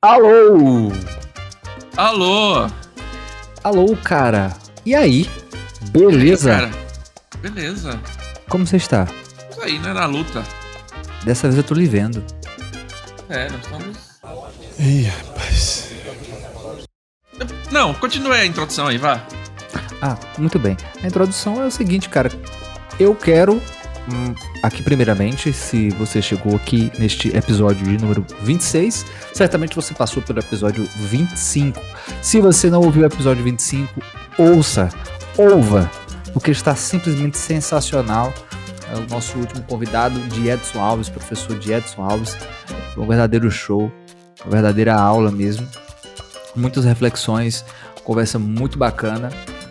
Alô! Alô! Alô, cara. E aí? Beleza? E aí, cara? Beleza. Como você está? Isso aí, né? Na luta. Dessa vez eu tô lhe vendo. É, nós estamos... Ih, rapaz. Não, continue a introdução aí, vá. Ah, muito bem. A introdução é o seguinte, cara. Eu quero... aqui primeiramente, se você chegou aqui neste episódio de número 26, certamente você passou pelo episódio 25. Se você não ouviu o episódio 25, ouva, porque está simplesmente sensacional. É o nosso último convidado, de Edson Alves, professor de Edson Alves. Foi um verdadeiro show, uma verdadeira aula mesmo. Muitas reflexões, conversa muito bacana.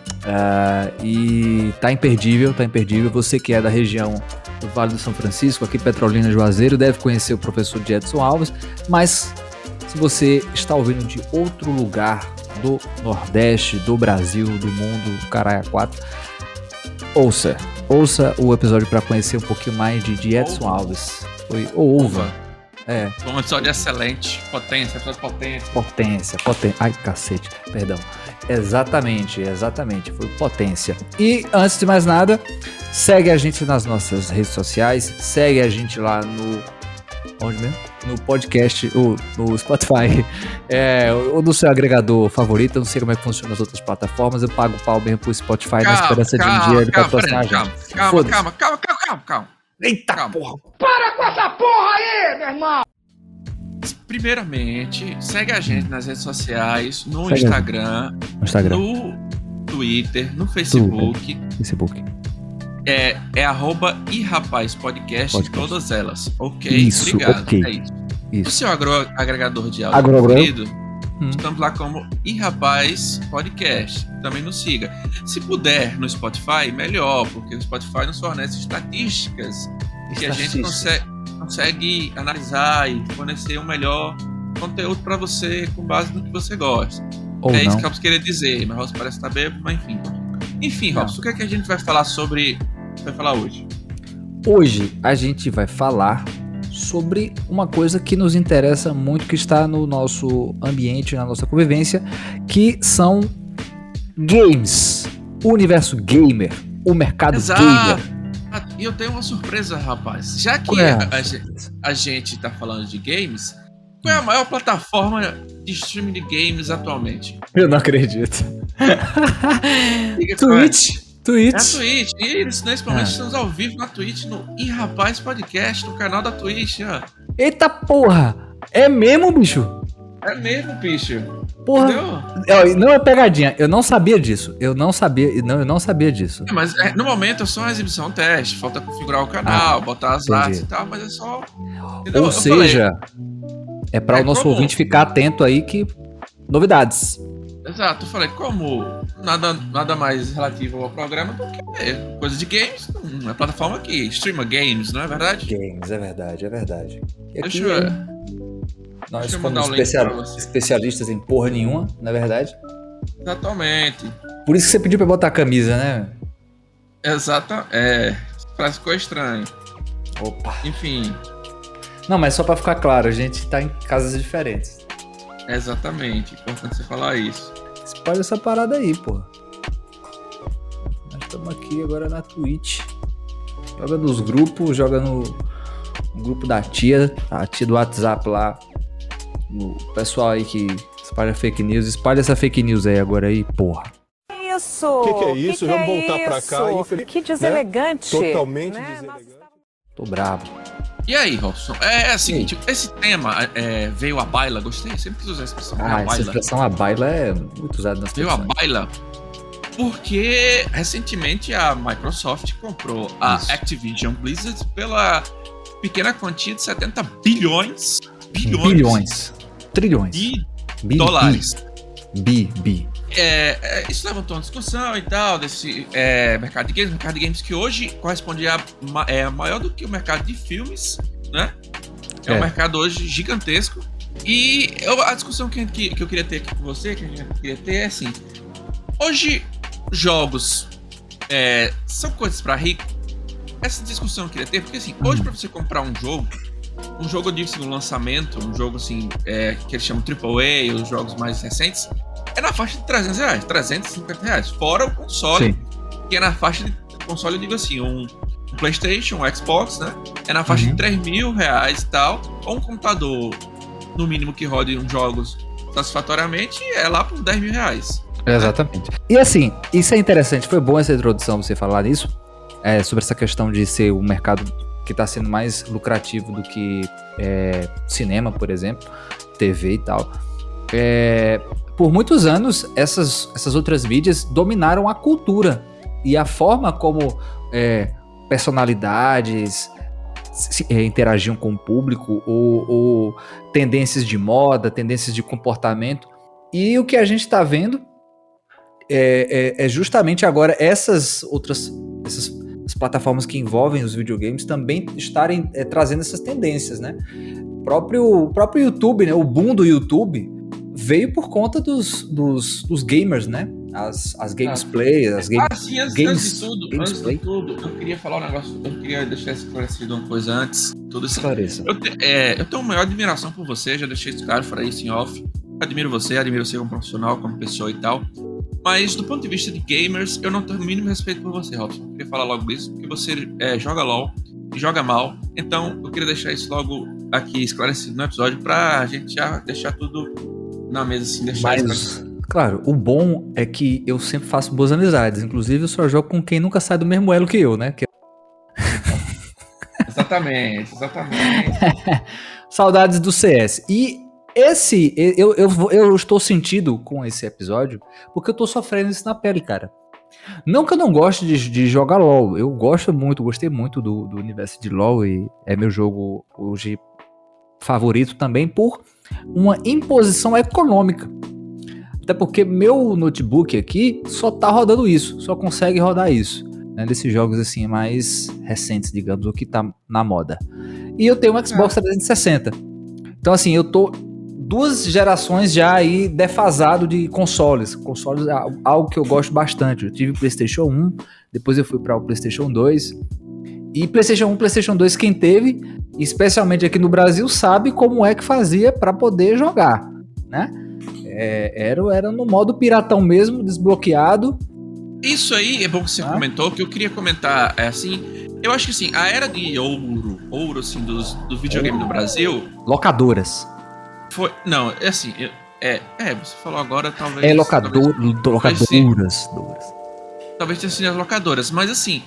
E tá imperdível. Você que é da região do Vale do São Francisco, aqui Petrolina, Juazeiro, deve conhecer o professor de Edson Alves, mas se você está ouvindo de outro lugar do Nordeste, do Brasil, do mundo, caralho, a 4, ouça o episódio para conhecer um pouquinho mais de Edson Alves. Foi ouva. É. Foi um episódio excelente. Potência. Ai, cacete, perdão. Exatamente. Foi potência. E, antes de mais nada, segue a gente nas nossas redes sociais, segue a gente lá no... Onde mesmo? No podcast, ou no Spotify, ou no seu agregador favorito. Eu não sei como é que funciona as outras plataformas. Eu pago pau mesmo pro Spotify na esperança de um dia ele patrocinar a gente. Calma. Eita porra! Para com essa porra aí, meu irmão! Primeiramente, segue a gente nas redes sociais, no Segue Instagram, no Twitter, no Facebook. É @irapazpodcast, todas elas. Ok? Isso, obrigado. ok. É isso. Isso. O seu agregador de áudio preferido, estamos lá como Irapaz Podcast. Também nos siga. Se puder no Spotify, melhor, porque o Spotify nos fornece estatísticas que a gente consegue analisar e fornecer um melhor conteúdo para você com base no que você gosta. Isso que eu queria dizer, mas o Robson parece estar bêbado, mas enfim. Enfim, Robson, o que é que a gente vai falar sobre... vai falar hoje? Hoje a gente vai falar sobre uma coisa que nos interessa muito, que está no nosso ambiente, na nossa convivência, que são games, o universo gamer, o mercado gamer. E eu tenho uma surpresa, rapaz. Já que a gente tá falando de games, qual é a maior plataforma de streaming de games atualmente? Eu não acredito. Twitch. Twitch. É a Twitch. E nesse momento estamos ao vivo na Twitch, no Irapaz Podcast, no canal da Twitch. Ó. Eita porra! É mesmo, bicho? É mesmo, bicho. Porra. Não é pegadinha. Eu não sabia disso. Eu não sabia disso. Mas no momento é só uma exibição teste. Falta configurar o canal, botar as artes e tal, mas é só... Ou seja, é para o nosso ouvinte ficar atento aí que... Novidades. Exato, eu falei, como nada mais relativo ao programa do que coisa de games, uma plataforma que streama games, não é verdade? Games, é verdade. E aqui, Deixa eu ver. Nós somos especialistas em porra nenhuma, não é verdade? Exatamente. Por isso que você pediu pra botar a camisa, né? Exato, parece que ficou estranho. Opa. Enfim. Não, mas só pra ficar claro, a gente tá em casas diferentes. Exatamente, importante você falar isso. Espalha essa parada aí, pô. Nós estamos aqui agora na Twitch. Joga nos grupos, joga no grupo da tia, a tia do WhatsApp lá. O pessoal aí que espalha fake news, espalha essa fake news aí agora aí, porra. Isso! O que é isso? Vamos voltar pra cá. Que deselegante. Totalmente deselegante. Tô bravo. E aí, Robson? É o seguinte, esse tema veio à baila, gostei, sempre quis usar essa expressão. Essa expressão à baila é muito usada nas pessoas. Veio à baila porque recentemente a Microsoft comprou a Activision Blizzard pela pequena quantia de 70 bilhões. Trilhões. De dólares. Isso levantou uma discussão e tal desse mercado de games que hoje corresponde maior do que o mercado de filmes, né? É um mercado hoje gigantesco. E a discussão que eu queria ter aqui com você, que a gente queria ter, é assim: hoje jogos são coisas pra rico? Essa discussão eu queria ter, porque assim, hoje pra você comprar um jogo, um jogo, eu digo assim, um lançamento, um jogo assim, que eles chamam AAA, os jogos mais recentes, é na faixa de R$300, R$350. Fora o console, sim, que é na faixa de console, eu digo assim, um PlayStation, um Xbox, né? É na faixa de R$3.000 e tal. Ou um computador, no mínimo, que rode uns jogos satisfatoriamente, é lá por R$10.000. Exatamente. E assim, isso é interessante, foi bom essa introdução você falar nisso, sobre essa questão de ser um mercado que está sendo mais lucrativo do que cinema, por exemplo, TV e tal. Por muitos anos, essas outras mídias dominaram a cultura e a forma como personalidades interagiam com o público, ou tendências de moda, tendências de comportamento. E o que a gente está vendo é justamente agora essas as plataformas que envolvem os videogames também estarem trazendo essas tendências, né? O próprio YouTube, né? O boom do YouTube veio por conta dos gamers, né? As gameplay, as games. Antes de tudo, eu queria falar um negócio, eu queria deixar esclarecido uma coisa antes. Tudo isso. Eu tenho a maior admiração por você, já deixei isso claro, falei isso em off. Admiro você como profissional, como pessoa e tal. Mas do ponto de vista de gamers, eu não tenho o mínimo respeito por você, Robson. Eu queria falar logo isso, porque você joga LOL e joga mal. Então, eu queria deixar isso logo aqui esclarecido no episódio pra gente já deixar tudo na mesa, assim, deixar esclarecido. Claro, o bom é que eu sempre faço boas amizades. Inclusive, eu só jogo com quem nunca sai do mesmo elo que eu, né? Exatamente. Saudades do CS. E eu estou sentindo com esse episódio, porque eu tô sofrendo isso na pele, cara. Não que eu não goste de jogar LoL. Eu gostei muito do universo de LoL e é meu jogo hoje favorito também por uma imposição econômica. Até porque meu notebook aqui só tá rodando isso, só consegue rodar isso, né, desses jogos assim mais recentes, digamos, o que tá na moda. E eu tenho um Xbox 360. Então assim, eu tô 2 gerações já aí defasado de consoles. Consoles é algo que eu gosto bastante. Eu tive PlayStation 1, depois eu fui para o PlayStation 2. E PlayStation 1, PlayStation 2, quem teve, especialmente aqui no Brasil, sabe como é que fazia para poder jogar, né? Era no modo piratão mesmo, desbloqueado. Isso aí é bom que você comentou, que eu queria comentar, assim, eu acho que assim, a era de ouro assim, do videogame do Brasil... Locadoras. Não, é assim, você falou agora, talvez... Locadoras. Talvez tenha sido as locadoras, mas assim,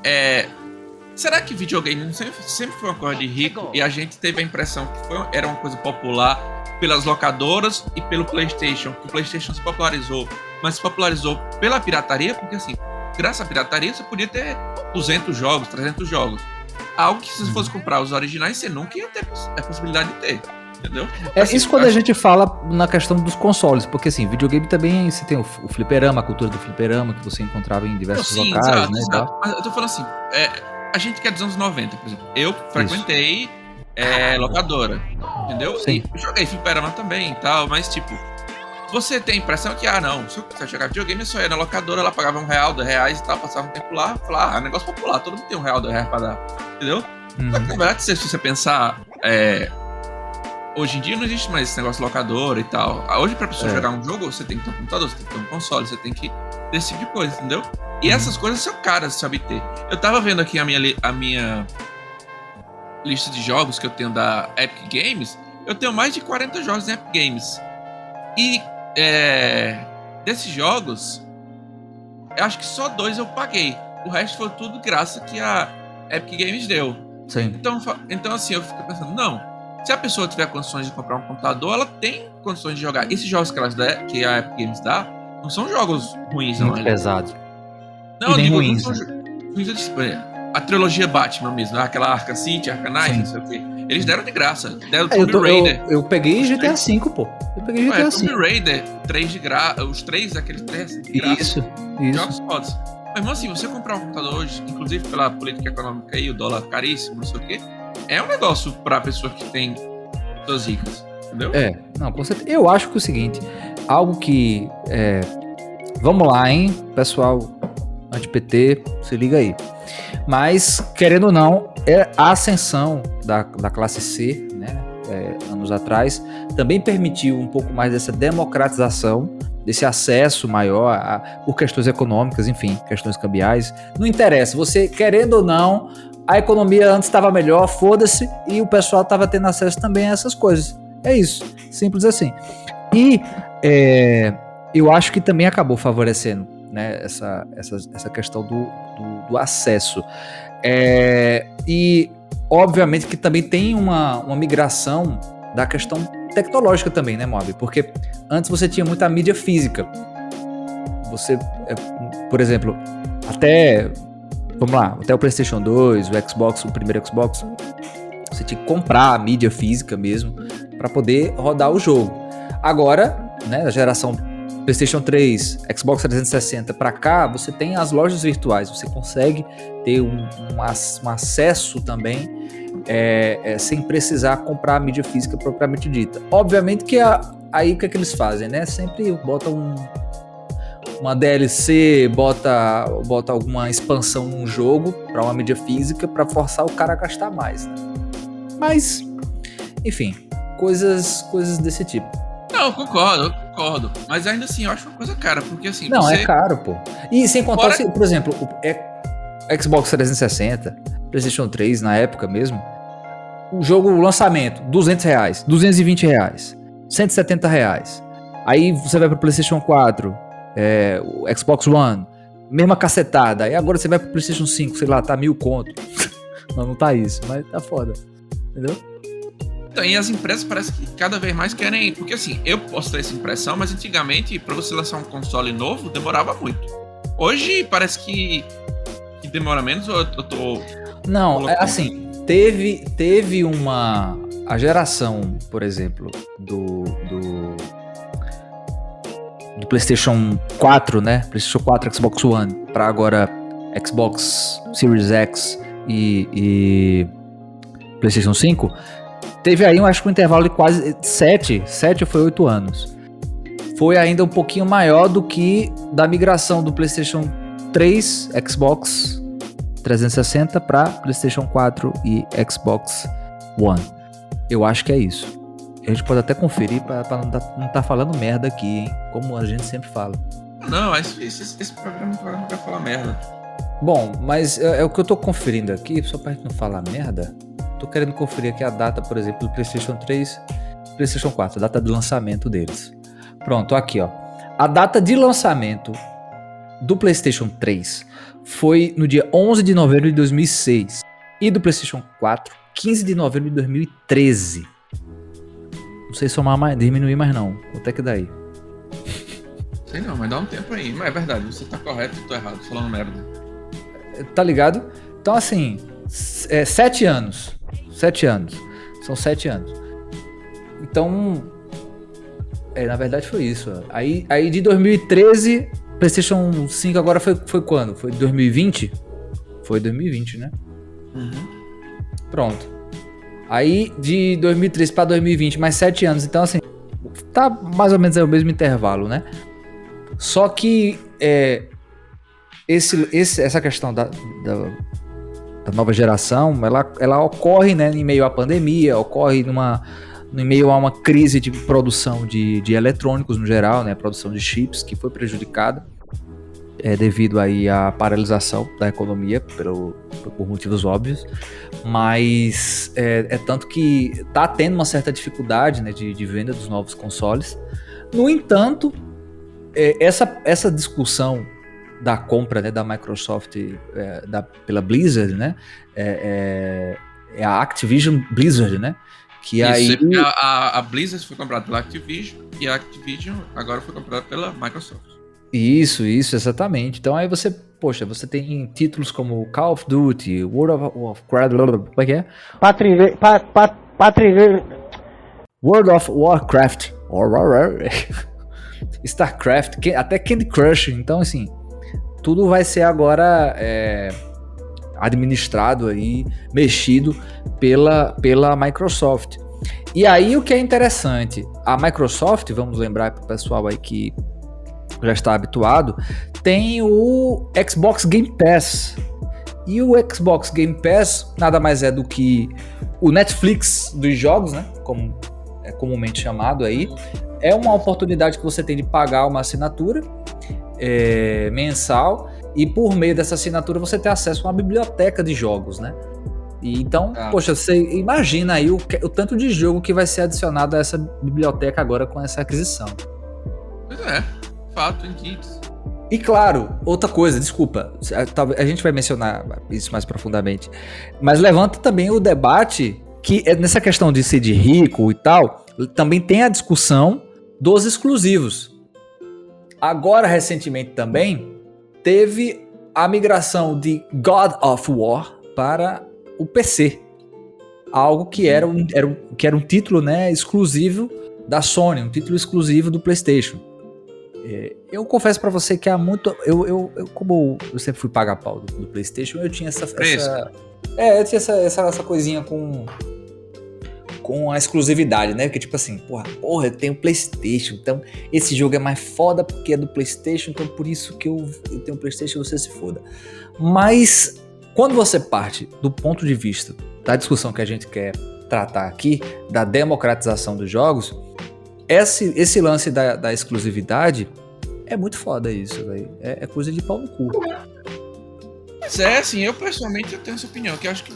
será que videogame sempre foi uma coisa de rico e a gente teve a impressão que era uma coisa popular pelas locadoras e pelo PlayStation, que o PlayStation se popularizou, mas se popularizou pela pirataria, porque assim, graças à pirataria você podia ter 200 jogos, 300 jogos. Algo que se você fosse comprar os originais, você nunca ia ter a possibilidade de ter. Entendeu? Assim, isso quando a gente fala na questão dos consoles, porque assim, videogame também você tem o fliperama, a cultura do fliperama que você encontrava em diversos locais, né? Exato. Mas eu tô falando assim, a gente que é dos anos 90, por exemplo, eu frequentei locadora, entendeu? Sim. E joguei fliperama também e tal, mas tipo, você tem a impressão que, não, se eu quiser jogar videogame, eu só ia na locadora, ela pagava R$1, R$2 e tal, passava um tempo lá, falava, negócio popular, todo mundo tem R$1, R$2 pra dar, entendeu? Só que na verdade, se você pensar, hoje em dia não existe mais esse negócio de locadora e tal. Hoje, pra pessoa jogar um jogo, você tem que ter um computador, você tem que ter um console, você tem que ter esse tipo de coisa, entendeu? E essas coisas são caras de se obter. Eu tava vendo aqui a minha lista de jogos que eu tenho da Epic Games. Eu tenho mais de 40 jogos na Epic Games. E desses jogos, eu acho que só 2 eu paguei. O resto foi tudo graça que a Epic Games deu. Sim. Então assim, eu fico pensando, não, se a pessoa tiver condições de comprar um computador, ela tem condições de jogar. Esses jogos que a Epic Games dá, não são jogos ruins, não. Muito pesados. Não, eu digo, ruins, não são ruins. A trilogia Batman mesmo, aquela Arkham City, Arkham Knight, não sei o quê. Eles deram de graça. Deram Tomb Raider. Eu peguei GTA V, pô. Eu peguei GTA V. Tomb Raider, 3 de graça. Os 3, aqueles 3 de graça. Isso. Jogos fodas. Mas, irmão, assim, você comprar um computador hoje, inclusive pela política econômica aí, o dólar caríssimo, não sei o quê, é um negócio pra pessoa que tem pessoas ricas, entendeu? Não, com certeza. Eu acho que é o seguinte, algo que... vamos lá, hein, pessoal anti-PT, se liga aí. Mas, querendo ou não, a ascensão da classe C, né, anos atrás, também permitiu um pouco mais dessa democratização, desse acesso maior por questões econômicas, enfim, questões cambiais. Não interessa, você querendo ou não, a economia antes estava melhor, foda-se, e o pessoal estava tendo acesso também a essas coisas. É isso, simples assim. E eu acho que também acabou favorecendo, né, essa questão do acesso. E obviamente que também tem uma migração da questão tecnológica também, né, Mob? Porque antes você tinha muita mídia física. Você, por exemplo, até o PlayStation 2, o Xbox, o primeiro Xbox, você tinha que comprar a mídia física mesmo para poder rodar o jogo. Agora, né, a geração PlayStation 3, Xbox 360 para cá, você tem as lojas virtuais, você consegue ter um acesso também sem precisar comprar a mídia física propriamente dita. Obviamente que aí o que é que eles fazem, né? Sempre botam uma DLC, bota alguma expansão num jogo para uma mídia física para forçar o cara a gastar mais, né? Mas, enfim, coisas desse tipo. Não, eu concordo. Mas ainda assim, eu acho uma coisa cara, porque assim... Não, é caro, pô. E sem contar, por exemplo, o Xbox 360, PlayStation 3, na época mesmo, o jogo, o lançamento, R$200, R$220, R$170. Aí você vai pro PlayStation 4, o Xbox One, mesma cacetada. Aí agora você vai pro PlayStation 5, sei lá, tá 1.000 conto. Não tá isso, mas tá foda. Entendeu? E as empresas parece que cada vez mais querem... Porque assim, eu posso ter essa impressão, mas antigamente, pra você lançar um console novo, demorava muito. Hoje parece que demora menos, ou eu tô... Não, assim, teve a geração, por exemplo, do PlayStation 4, né? PlayStation 4, Xbox One, pra agora Xbox Series X e PlayStation 5... Teve aí, eu acho que um intervalo de quase 7 ou 8 anos. Foi ainda um pouquinho maior do que da migração do PlayStation 3, Xbox 360 para PlayStation 4 e Xbox One. Eu acho que é isso. A gente pode até conferir para não tá falando merda aqui, hein? Como a gente sempre fala. Não, esse programa não vai falar merda. Bom, mas é o que eu tô conferindo aqui, só pra gente não falar merda. Tô querendo conferir aqui a data, por exemplo, do PlayStation 3 e PlayStation 4, a data de lançamento deles. Pronto, aqui ó. A data de lançamento do PlayStation 3 foi no dia 11 de novembro de 2006 e do PlayStation 4, 15 de novembro de 2013. Não sei somar mais, diminuir mais não. Quanto é que dá aí? Sei não, mas dá um tempo aí. Mas é verdade, você tá correto e eu tô errado, falando merda. Tá ligado? Então assim, 7 anos. 7 anos. São 7 anos. Então, na verdade foi isso. Aí de 2013, PlayStation 5 agora foi quando? Foi 2020? Foi 2020, né? Uhum. Pronto. Aí de 2013 para 2020, mais 7 anos. Então assim, tá mais ou menos aí o mesmo intervalo, né? Só que essa questão da nova geração, ela ocorre, né, em meio à pandemia, ocorre em meio a uma crise de produção de eletrônicos no geral, né, produção de chips que foi prejudicada devido aí à paralisação da economia por motivos óbvios, mas tanto que tá tendo uma certa dificuldade, né, de venda dos novos consoles. No entanto, essa discussão da compra, né, da Microsoft pela Blizzard, né, é a Activision Blizzard, né, que isso, aí a Blizzard foi comprada pela Activision e a Activision agora foi comprada pela Microsoft. Isso, exatamente. Então aí você tem títulos como Call of Duty, World of Warcraft, como é que é? World of Warcraft, StarCraft, até Candy Crush. Então assim, tudo vai ser agora administrado aí, mexido pela Microsoft. E aí o que é interessante, a Microsoft, vamos lembrar para o pessoal aí que já está habituado, tem o Xbox Game Pass. E o Xbox Game Pass nada mais é do que o Netflix dos jogos, né? Como é comumente chamado aí. É uma oportunidade que você tem de pagar uma assinatura mensal e por meio dessa assinatura você tem acesso a uma biblioteca de jogos, né? E então, poxa, você imagina aí o tanto de jogo que vai ser adicionado a essa biblioteca agora com essa aquisição. Pois é, fato em kits. E claro, outra coisa, desculpa, a gente vai mencionar isso mais profundamente, mas levanta também o debate que nessa questão de ser de rico e tal, também tem a discussão dos exclusivos. Agora, recentemente também, teve a migração de God of War para o PC. Algo que era um título, né, exclusivo da Sony, um título exclusivo do PlayStation. Eu confesso pra você que há muito... Como eu sempre fui pagar pau do PlayStation, eu tinha essa coisinha com a exclusividade, né? Que tipo assim, porra, eu tenho PlayStation, então esse jogo é mais foda porque é do PlayStation, então por isso que eu tenho PlayStation, você se foda. Mas quando você parte do ponto de vista da discussão que a gente quer tratar aqui, da democratização dos jogos, esse lance da exclusividade é muito foda isso, velho. É coisa de pau no cu. Mas assim, eu pessoalmente tenho essa opinião, que eu acho que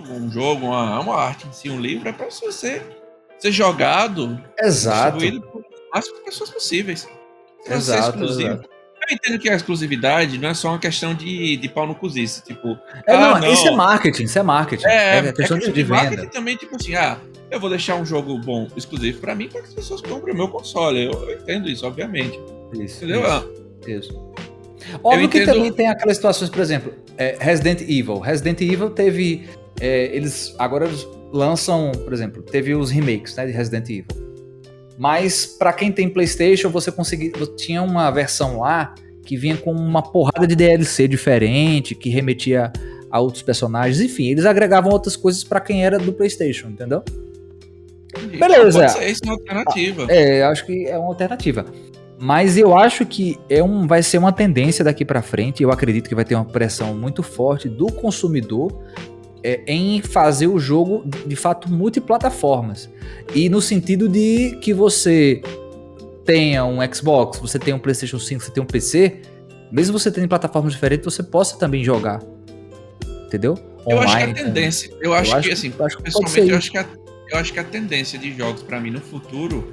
uma arte em si, um livro, é pra você ser jogado, distribuído por máximas pessoas possíveis. Ser exclusivo. Exato. Eu entendo que a exclusividade não é só uma questão de pau no cozice, tipo... não, isso é marketing, É questão de venda. Marketing também, tipo assim, eu vou deixar um jogo bom, exclusivo pra mim, para que as pessoas comprem o meu console. Eu entendo isso, obviamente. Isso. Entendeu? Isso. Óbvio que também tem aquelas situações, por exemplo, Resident Evil. Resident Evil teve... eles lançam, por exemplo, teve os remakes, né, de Resident Evil. Mas pra quem tem PlayStation, você tinha uma versão lá que vinha com uma porrada de DLC diferente, que remetia a outros personagens. Enfim, eles agregavam outras coisas pra quem era do PlayStation, entendeu? Beleza. Pode ser isso uma alternativa. Acho que é uma alternativa. Mas eu acho que vai ser uma tendência daqui pra frente. Eu acredito que vai ter uma pressão muito forte do consumidor em fazer o jogo, de fato, multiplataformas. E no sentido de que você tenha um Xbox, você tenha um PlayStation 5, você tenha um PC, mesmo você tendo em plataformas diferentes, você possa também jogar. Entendeu? Eu acho que a tendência... Eu acho que, assim, pessoalmente, eu acho que a tendência de jogos, pra mim, no futuro,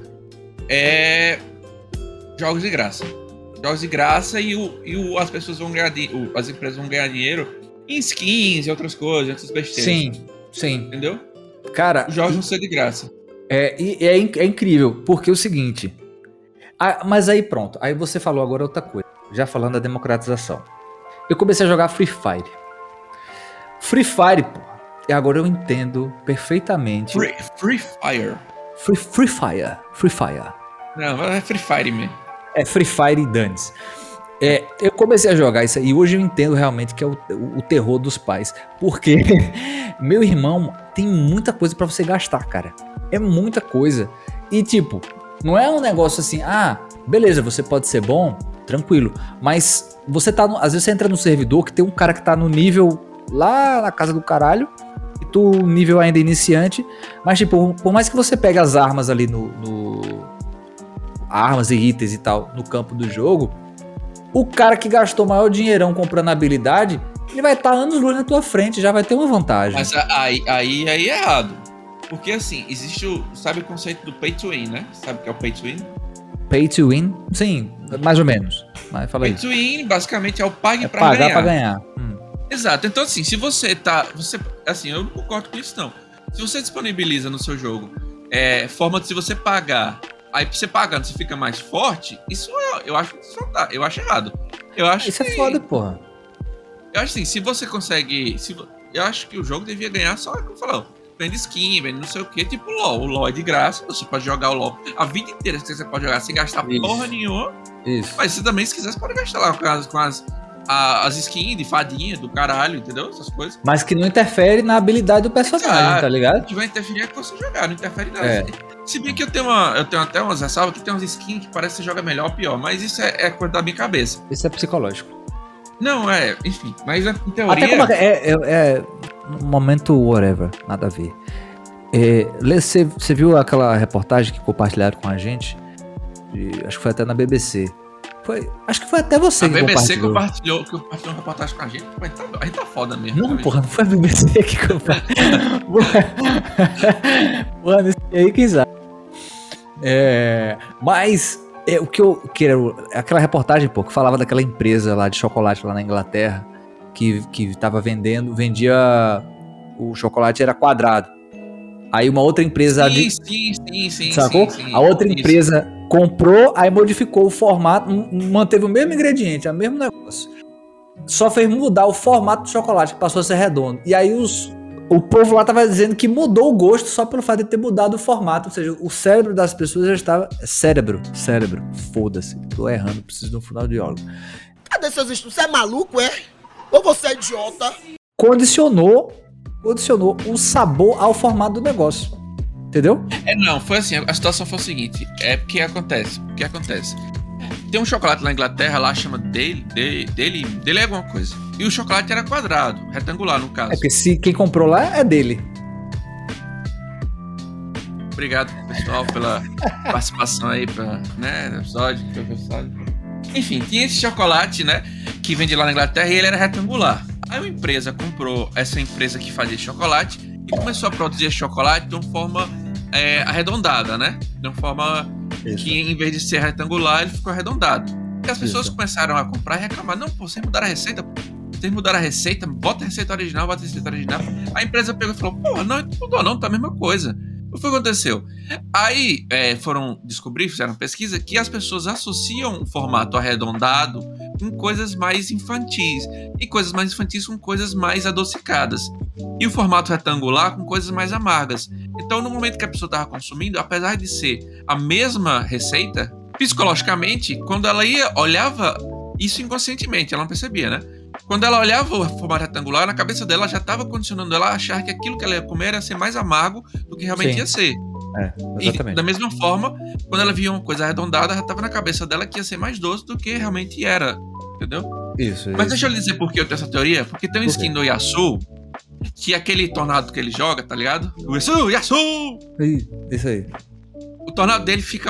é jogos de graça. Jogos de graça e as pessoas vão ganhar... as empresas vão ganhar dinheiro em skins e outras coisas, outras besteiras. Sim. Entendeu? Cara... Os jogos vão ser de graça. É incrível, porque é o seguinte... mas aí pronto, aí você falou agora outra coisa. Já falando da democratização. Eu comecei a jogar Free Fire. Pô. E agora eu entendo perfeitamente... Free Fire. Free Fire. Não, é Free Fire mesmo. É Free Fire e dane-se. Eu comecei a jogar isso aí e hoje eu entendo realmente que é o terror dos pais. Porque meu irmão tem muita coisa pra você gastar, cara. É muita coisa. E tipo, não é um negócio assim, beleza, você pode ser bom, tranquilo. Mas você às vezes você entra no servidor que tem um cara que tá no nível lá na casa do caralho. E tu, nível ainda iniciante. Mas tipo, por mais que você pegue as armas ali armas e itens e tal no campo do jogo, o cara que gastou maior dinheirão comprando habilidade, ele vai estar anos-luz na tua frente, já vai ter uma vantagem. Mas aí é errado. Porque assim, sabe o conceito do pay to win, né? Sabe o que é o pay to win? Pay to win? Sim, mais ou menos. Mas fala aí. Pay to win, basicamente, é o pague pra pagar ganhar. Pra ganhar. Exato. Então assim, se você assim, eu não concordo com isso não. Se você disponibiliza no seu jogo forma de se você pagar, aí você pagando, você fica mais forte, isso eu acho errado. Isso é foda, porra. Eu acho assim, se você consegue... eu acho que o jogo devia ganhar só, como falou, vende skin, vende não sei o que, tipo LOL. O LOL é de graça, você pode jogar o LOL a vida inteira, você pode jogar sem gastar porra nenhuma. Isso. Mas você também, se quiser, você pode gastar lá com as skins de fadinha, do caralho, entendeu? Essas coisas. Mas que não interfere na habilidade do personagem, tá ligado? O que vai interferir é que você jogar, não interfere nada. Se bem que eu tenho até umas ressalvas que tem umas skins que parece que você joga melhor ou pior, mas isso é coisa da minha cabeça. Isso é psicológico. Não, enfim, mas em teoria... Até como é um momento whatever, nada a ver. Você viu aquela reportagem que compartilharam com a gente? Acho que foi até na BBC. Acho que foi até você que compartilhou uma reportagem com a gente. A gente tá foda mesmo. Não, porra, não foi a BBC que compartilhou. Mano, isso aí quem sabe. Mas o que eu quero... Aquela reportagem, pô, que falava daquela empresa lá de chocolate lá na Inglaterra que tava vendia... O chocolate era quadrado. Aí uma outra empresa... Sim. Sacou? A outra empresa comprou, aí modificou o formato, manteve o mesmo ingrediente, o mesmo negócio. Só fez mudar o formato do chocolate, que passou a ser redondo. E aí o povo lá tava dizendo que mudou o gosto só pelo fato de ter mudado o formato. Ou seja, o cérebro das pessoas já estava... Cérebro. Foda-se. Tô errando, preciso de um fonoaudiólogo. Cadê seus estudos? Você é maluco, é? Ou você é idiota? Condicionou o sabor ao formato do negócio. Entendeu? Não, foi assim, a situação foi o seguinte, o que acontece? Tem um chocolate lá na Inglaterra, lá chama Daily alguma coisa. E o chocolate era quadrado, retangular no caso. Porque quem comprou lá é dele. Obrigado, pessoal, pela participação aí no episódio. Enfim, tinha esse chocolate, né, que vende lá na Inglaterra e ele era retangular. Aí uma empresa comprou essa empresa que fazia chocolate e começou a produzir chocolate de uma forma arredondada, né? De uma forma que, em vez de ser retangular, ele ficou arredondado. E as pessoas começaram a comprar e reclamar. Não, pô, vocês mudaram a receita, bota a receita original, A empresa pegou e falou, pô, não mudou não, tá a mesma coisa. O que aconteceu? Aí foram descobrir, fizeram pesquisa, que as pessoas associam o formato arredondado com coisas mais infantis, e coisas mais infantis com coisas mais adocicadas, e o formato retangular com coisas mais amargas. Então, no momento que a pessoa estava consumindo, apesar de ser a mesma receita, psicologicamente, quando ela olhava isso inconscientemente, ela não percebia, né? Quando ela olhava o formato retangular, na cabeça dela já estava condicionando ela a achar que aquilo que ela ia comer ia ser mais amargo do que realmente ia ser. Exatamente. E da mesma forma, quando ela via uma coisa arredondada, já estava na cabeça dela que ia ser mais doce do que realmente era. Entendeu? Isso. Mas deixa eu lhe dizer por que eu tenho essa teoria. Porque tem um skin do Yasuo, que é aquele tornado que ele joga, tá ligado? O Yasuo! Isso aí. O tornado dele fica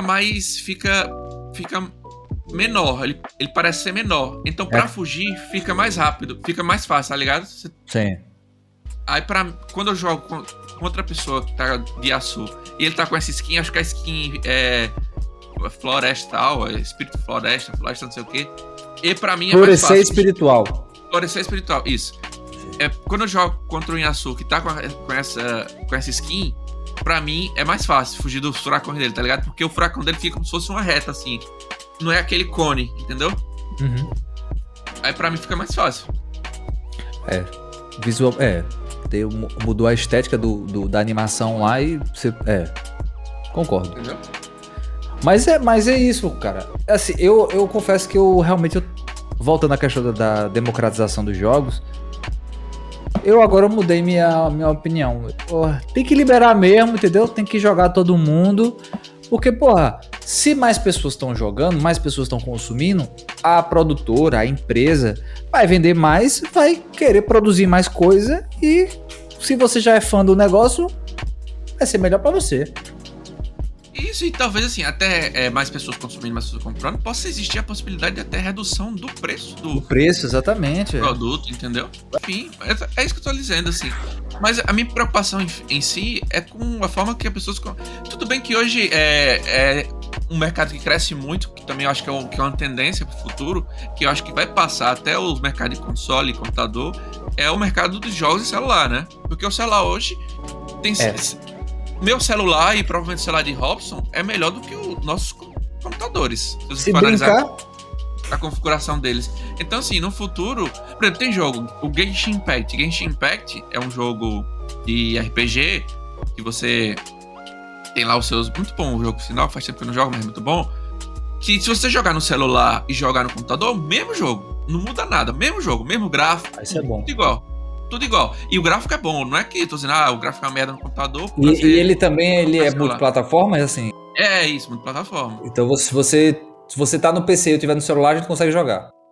menor, ele parece ser menor. Então, pra fugir, fica mais rápido, fica mais fácil, tá ligado? Sim. Aí, quando eu jogo com outra pessoa que tá de Yasuo e ele tá com essa skin, acho que a skin é florestal, espírito floresta não sei o que. E pra mim é mais fácil. Florescer espiritual, isso. Quando eu jogo contra um Yasuo que tá com essa skin, pra mim é mais fácil fugir do furacão dele, tá ligado? Porque o furacão dele fica como se fosse uma reta, assim. Não é aquele cone, entendeu? Uhum. Aí pra mim fica mais fácil. Visual. Mudou a estética da animação lá e você. Concordo. Entendeu? Mas é isso, cara. Assim, eu confesso que eu realmente. Voltando à questão da democratização dos jogos, eu agora mudei minha opinião. Porra, tem que liberar mesmo, entendeu? Tem que jogar todo mundo. Porque, porra, se mais pessoas estão jogando, mais pessoas estão consumindo, a produtora, a empresa vai vender mais, vai querer produzir mais coisa e se você já é fã do negócio, vai ser melhor pra você. Isso, e talvez assim, até mais pessoas consumindo, mais pessoas comprando, possa existir a possibilidade de até redução do preço do preço, exatamente, produto, entendeu? Enfim, é isso que eu tô dizendo, assim. Mas a minha preocupação em si é com a forma que as pessoas... Tudo bem que hoje é um mercado que cresce muito, que também eu acho que é uma tendência pro futuro, que eu acho que vai passar até os mercados de console e computador, é o mercado dos jogos e celular, né? Porque o celular hoje tem... Meu celular e provavelmente o celular de Robson é melhor do que os nossos computadores. Se você for analisar a configuração deles. Então, assim, no futuro... Por exemplo, tem jogo, o Genshin Impact. Genshin Impact é um jogo de RPG que você tem lá os seus... Muito bom o jogo, por sinal, faz tempo que eu não jogo, mas é muito bom. Que se você jogar no celular e jogar no computador, mesmo jogo. Não muda nada. Mesmo jogo, mesmo gráfico. Isso é bom. Tudo igual. E o gráfico é bom, não é que tô dizendo, o gráfico é uma merda no computador. E ele também é multiplataforma, assim? É isso, multiplataforma. Então, se você tá no PC e eu tiver no celular, a gente consegue jogar.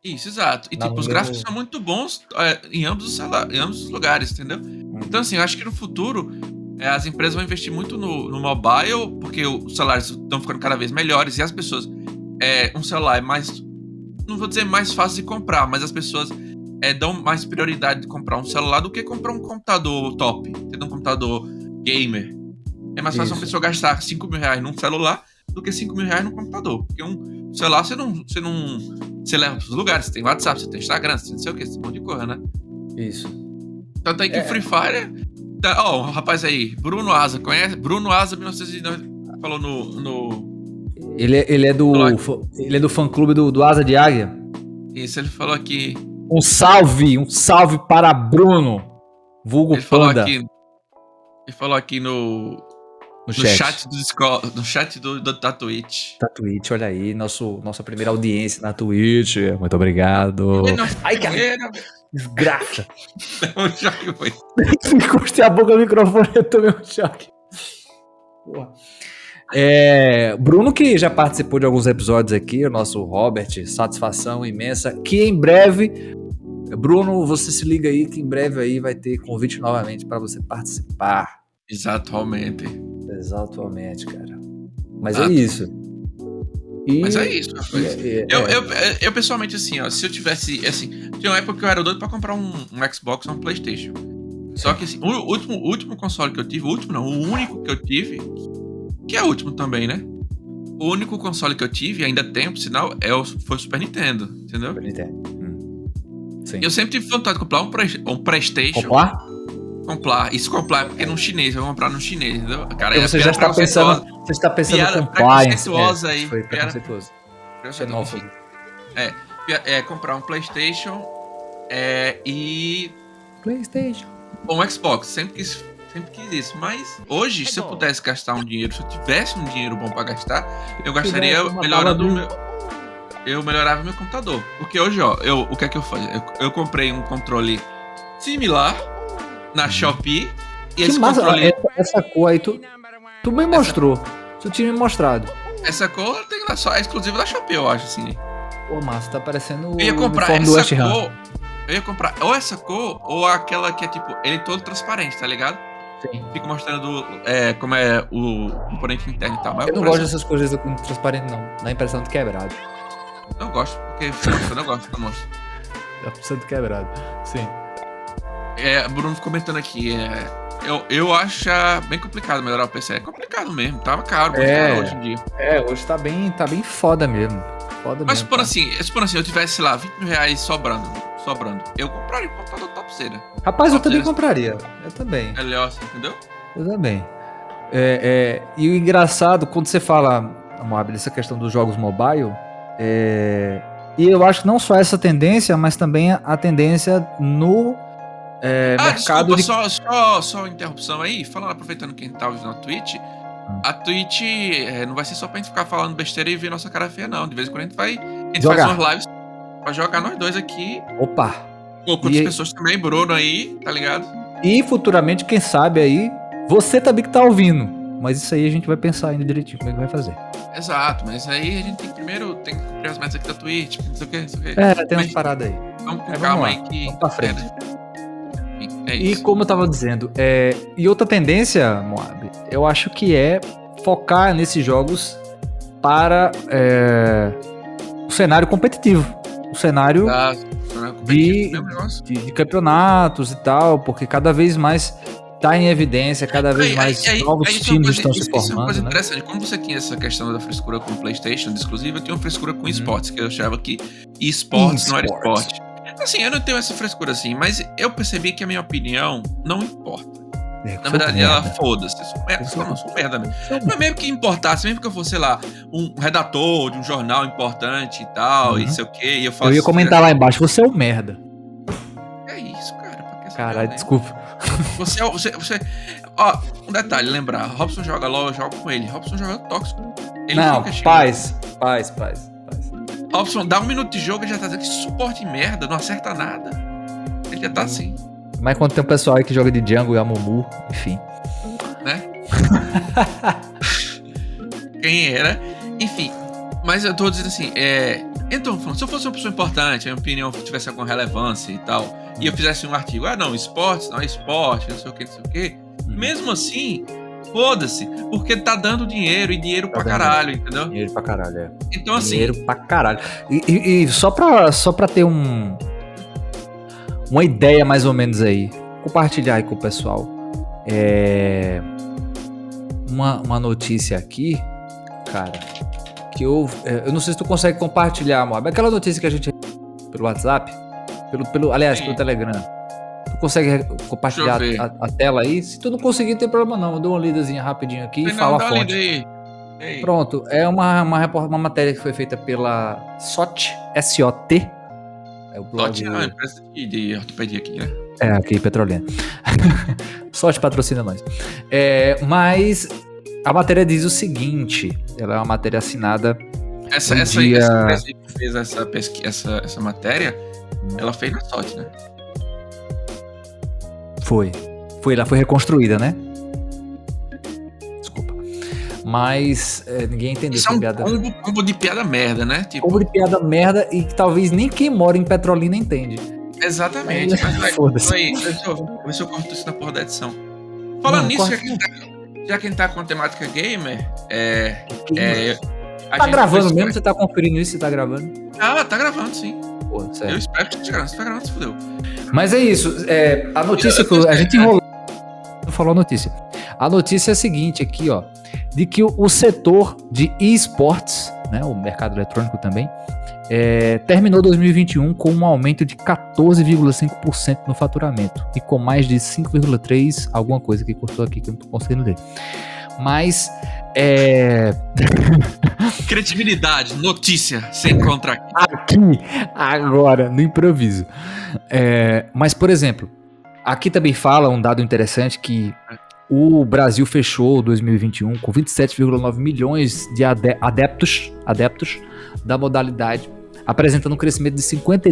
Isso, exato. E tipo, os gráficos são muito bons em ambos os lugares, entendeu? Então, assim, eu acho que no futuro as empresas vão investir muito no mobile, porque os celulares estão ficando cada vez melhores e as pessoas... um celular é mais... Não vou dizer mais fácil de comprar, mas as pessoas dão mais prioridade de comprar um celular do que comprar um computador top, entendeu? Um computador gamer. É mais fácil uma pessoa gastar 5 mil reais num celular do que 5 mil reais num computador. Porque um celular você leva para os lugares, você tem WhatsApp, você tem Instagram, você tem não sei o que, você tem um monte de coisa, né? Isso. Tanto aí que o Free Fire... Ó, o rapaz aí, Bruno Asa, conhece? Bruno Asa, 1909, falou no... Ele é do fã-clube do Asa de Águia? Isso, ele falou aqui... Um salve para Bruno, vulgo Panda. Ele falou aqui no chat do Discord, no chat da Twitch. Da Twitch, olha aí, nossa primeira audiência na Twitch. Muito obrigado. Ai, cara, desgraça. Um choque foi. Encostei a boca no microfone, eu tomei um choque. Porra. Bruno, que já participou de alguns episódios aqui, o nosso Robert, satisfação imensa, que em breve, Bruno, você se liga aí, que em breve aí vai ter convite novamente para você participar. Exatamente, cara. Mas é isso. Mas é isso, rapaz. Eu pessoalmente, assim, ó, se eu tivesse, assim, tinha uma época que eu era doido pra comprar um Xbox ou um PlayStation. Só que, assim, o último console que eu tive, o único que eu tive, que é o último também, né? O único console que eu tive, e ainda tem, por sinal, foi o Super Nintendo, entendeu? Super Nintendo. Sim. Eu sempre tive vontade de comprar um PlayStation. Comprar, porque no chinês, eu vou comprar no chinês, entendeu? Cara, você já está pensando, em compliance. Foi preconceituoso. Xenófobo. Comprar um PlayStation e... PlayStation. Ou um Xbox, sempre quis isso, mas hoje, se eu pudesse gastar um dinheiro, se eu tivesse um dinheiro bom pra gastar, eu gastaria eu melhorava meu computador. Porque hoje, ó, o que é que eu faço? Eu comprei um controle similar na Shopee. E esse controle... Essa cor aí, tu me mostrou. Tu tinha me mostrado. Essa cor tem só, é exclusiva da Shopee, eu acho, assim. Pô, massa, tá parecendo eu ia comprar essa cor. Eu ia comprar ou essa cor ou aquela que é tipo, ele é todo transparente, tá ligado? Sim. Fica mostrando como é o componente interno e tal. Mas eu não gosto dessas coisas transparentes, não. Dá a impressão de quebrado. Eu gosto, porque eu não gosto da mostra. Dá a impressão de quebrado, sim. Bruno comentando aqui, eu acho bem complicado melhorar o PC. É complicado mesmo, tava caro hoje em dia. Hoje tá bem foda mesmo. Mas se for assim, eu tivesse, sei lá, 20 mil reais sobrando, eu compraria um computador topzera. Rapaz, eu também compraria. Eu também. Melhor, entendeu? Eu também. E o engraçado, quando você fala, Moab, dessa questão dos jogos mobile, e eu acho que não só essa tendência, mas também a tendência no mercado. Desculpa, só interrupção aí, aproveitando quem tá ouvindo na Twitch. A Twitch não vai ser só pra gente ficar falando besteira e ver nossa cara feia, não. De vez em quando a gente faz umas lives pra jogar nós dois aqui. Opa! Com outras pessoas também, Bruno aí, tá ligado? E futuramente, quem sabe aí, você também que tá ouvindo. Mas isso aí a gente vai pensar ainda direitinho como é que vai fazer. Exato, mas aí a gente tem que cumprir as metas aqui da Twitch, não sei o que. Tem umas paradas aí. Vamos com calma aí que... Vamos pra frente. E como eu tava dizendo, e outra tendência, Moab, eu acho que é focar nesses jogos para o cenário competitivo. O cenário de campeonatos e tal, porque cada vez mais tá em evidência, cada vez mais novos times estão se formando. Isso é uma coisa interessante. Como você tinha essa questão da frescura com o PlayStation, exclusiva, eu tinha uma frescura com esportes, que eu achava que esportes não era esporte. Assim, eu não tenho essa frescura assim, mas eu percebi que a minha opinião não importa. Na verdade, ela foda-se. Eu sou merda mesmo. Mas mesmo que importasse, mesmo que eu fosse, sei lá, um redator de um jornal importante e tal, e sei o quê, e eu ia comentar lá embaixo, você é um merda. É isso, cara. Caralho, desculpa. Você. Ó, um detalhe, lembrar, Robson joga LOL, eu jogo com ele. Robson joga tóxico. Ele não, paz. Robson, dá um minuto de jogo e já tá dizendo que suporte merda, não acerta nada. Ele já tá assim. Mas quando tem um pessoal aí que joga de jungle e a Mumu, enfim. Né? Quem era? Enfim, mas eu tô dizendo assim, Então, se eu fosse uma pessoa importante, a minha opinião tivesse alguma relevância e tal, e eu fizesse um artigo, não, esportes não é esporte, não sei o que, mesmo assim, foda-se, porque tá dando dinheiro, e dinheiro pra caralho, entendeu? Dinheiro pra caralho, é. Então, assim... Dinheiro pra caralho. E só pra ter uma ideia mais ou menos aí, compartilhar aí com o pessoal, uma notícia aqui, cara, que eu não sei se tu consegue compartilhar, Moab, aquela notícia que a gente pelo WhatsApp, pelo Telegram. Tu consegue compartilhar a tela aí? Se tu não conseguir, não tem problema não. Eu dou uma lidazinha rapidinho aqui e falo a fonte. Pronto, é uma matéria que foi feita pela SOT, S-O-T. É o blog. SOT é uma empresa de ortopedia aqui, né? É, aqui, Petrolina. SOT patrocina nós. Mas a matéria diz o seguinte, ela é uma matéria assinada... Essa empresa que fez essa matéria, ela fez na SOT, né? Ela foi reconstruída, né? Desculpa. Mas ninguém entendeu essa piada. Isso é um combo de piada merda, né? Tipo... Combo de piada merda e que talvez nem quem mora em Petrolina entende. Exatamente. Mas foda-se. Vê se eu corto isso na porra da edição. Falando nisso, já que a gente tá com temática gamer, tá gravando mesmo? Você tá conferindo isso? Você tá gravando? Tá gravando, sim. Pô, sério. Eu espero que esteja gravando. Se tá gravando, se fudeu. Mas é isso. A notícia que a gente enrolou. Não falou a notícia. A notícia é a seguinte aqui, ó. De que o setor de esportes, né, o mercado eletrônico também, terminou 2021 com um aumento de 14,5% no faturamento. E com mais de 5,3%, alguma coisa que cortou aqui que eu não tô conseguindo ler. Mas credibilidade, notícia, você encontra aqui, agora, no improviso. Mas, por exemplo, aqui também fala um dado interessante que o Brasil fechou 2021 com 27,9 milhões de adeptos da modalidade, apresentando um crescimento de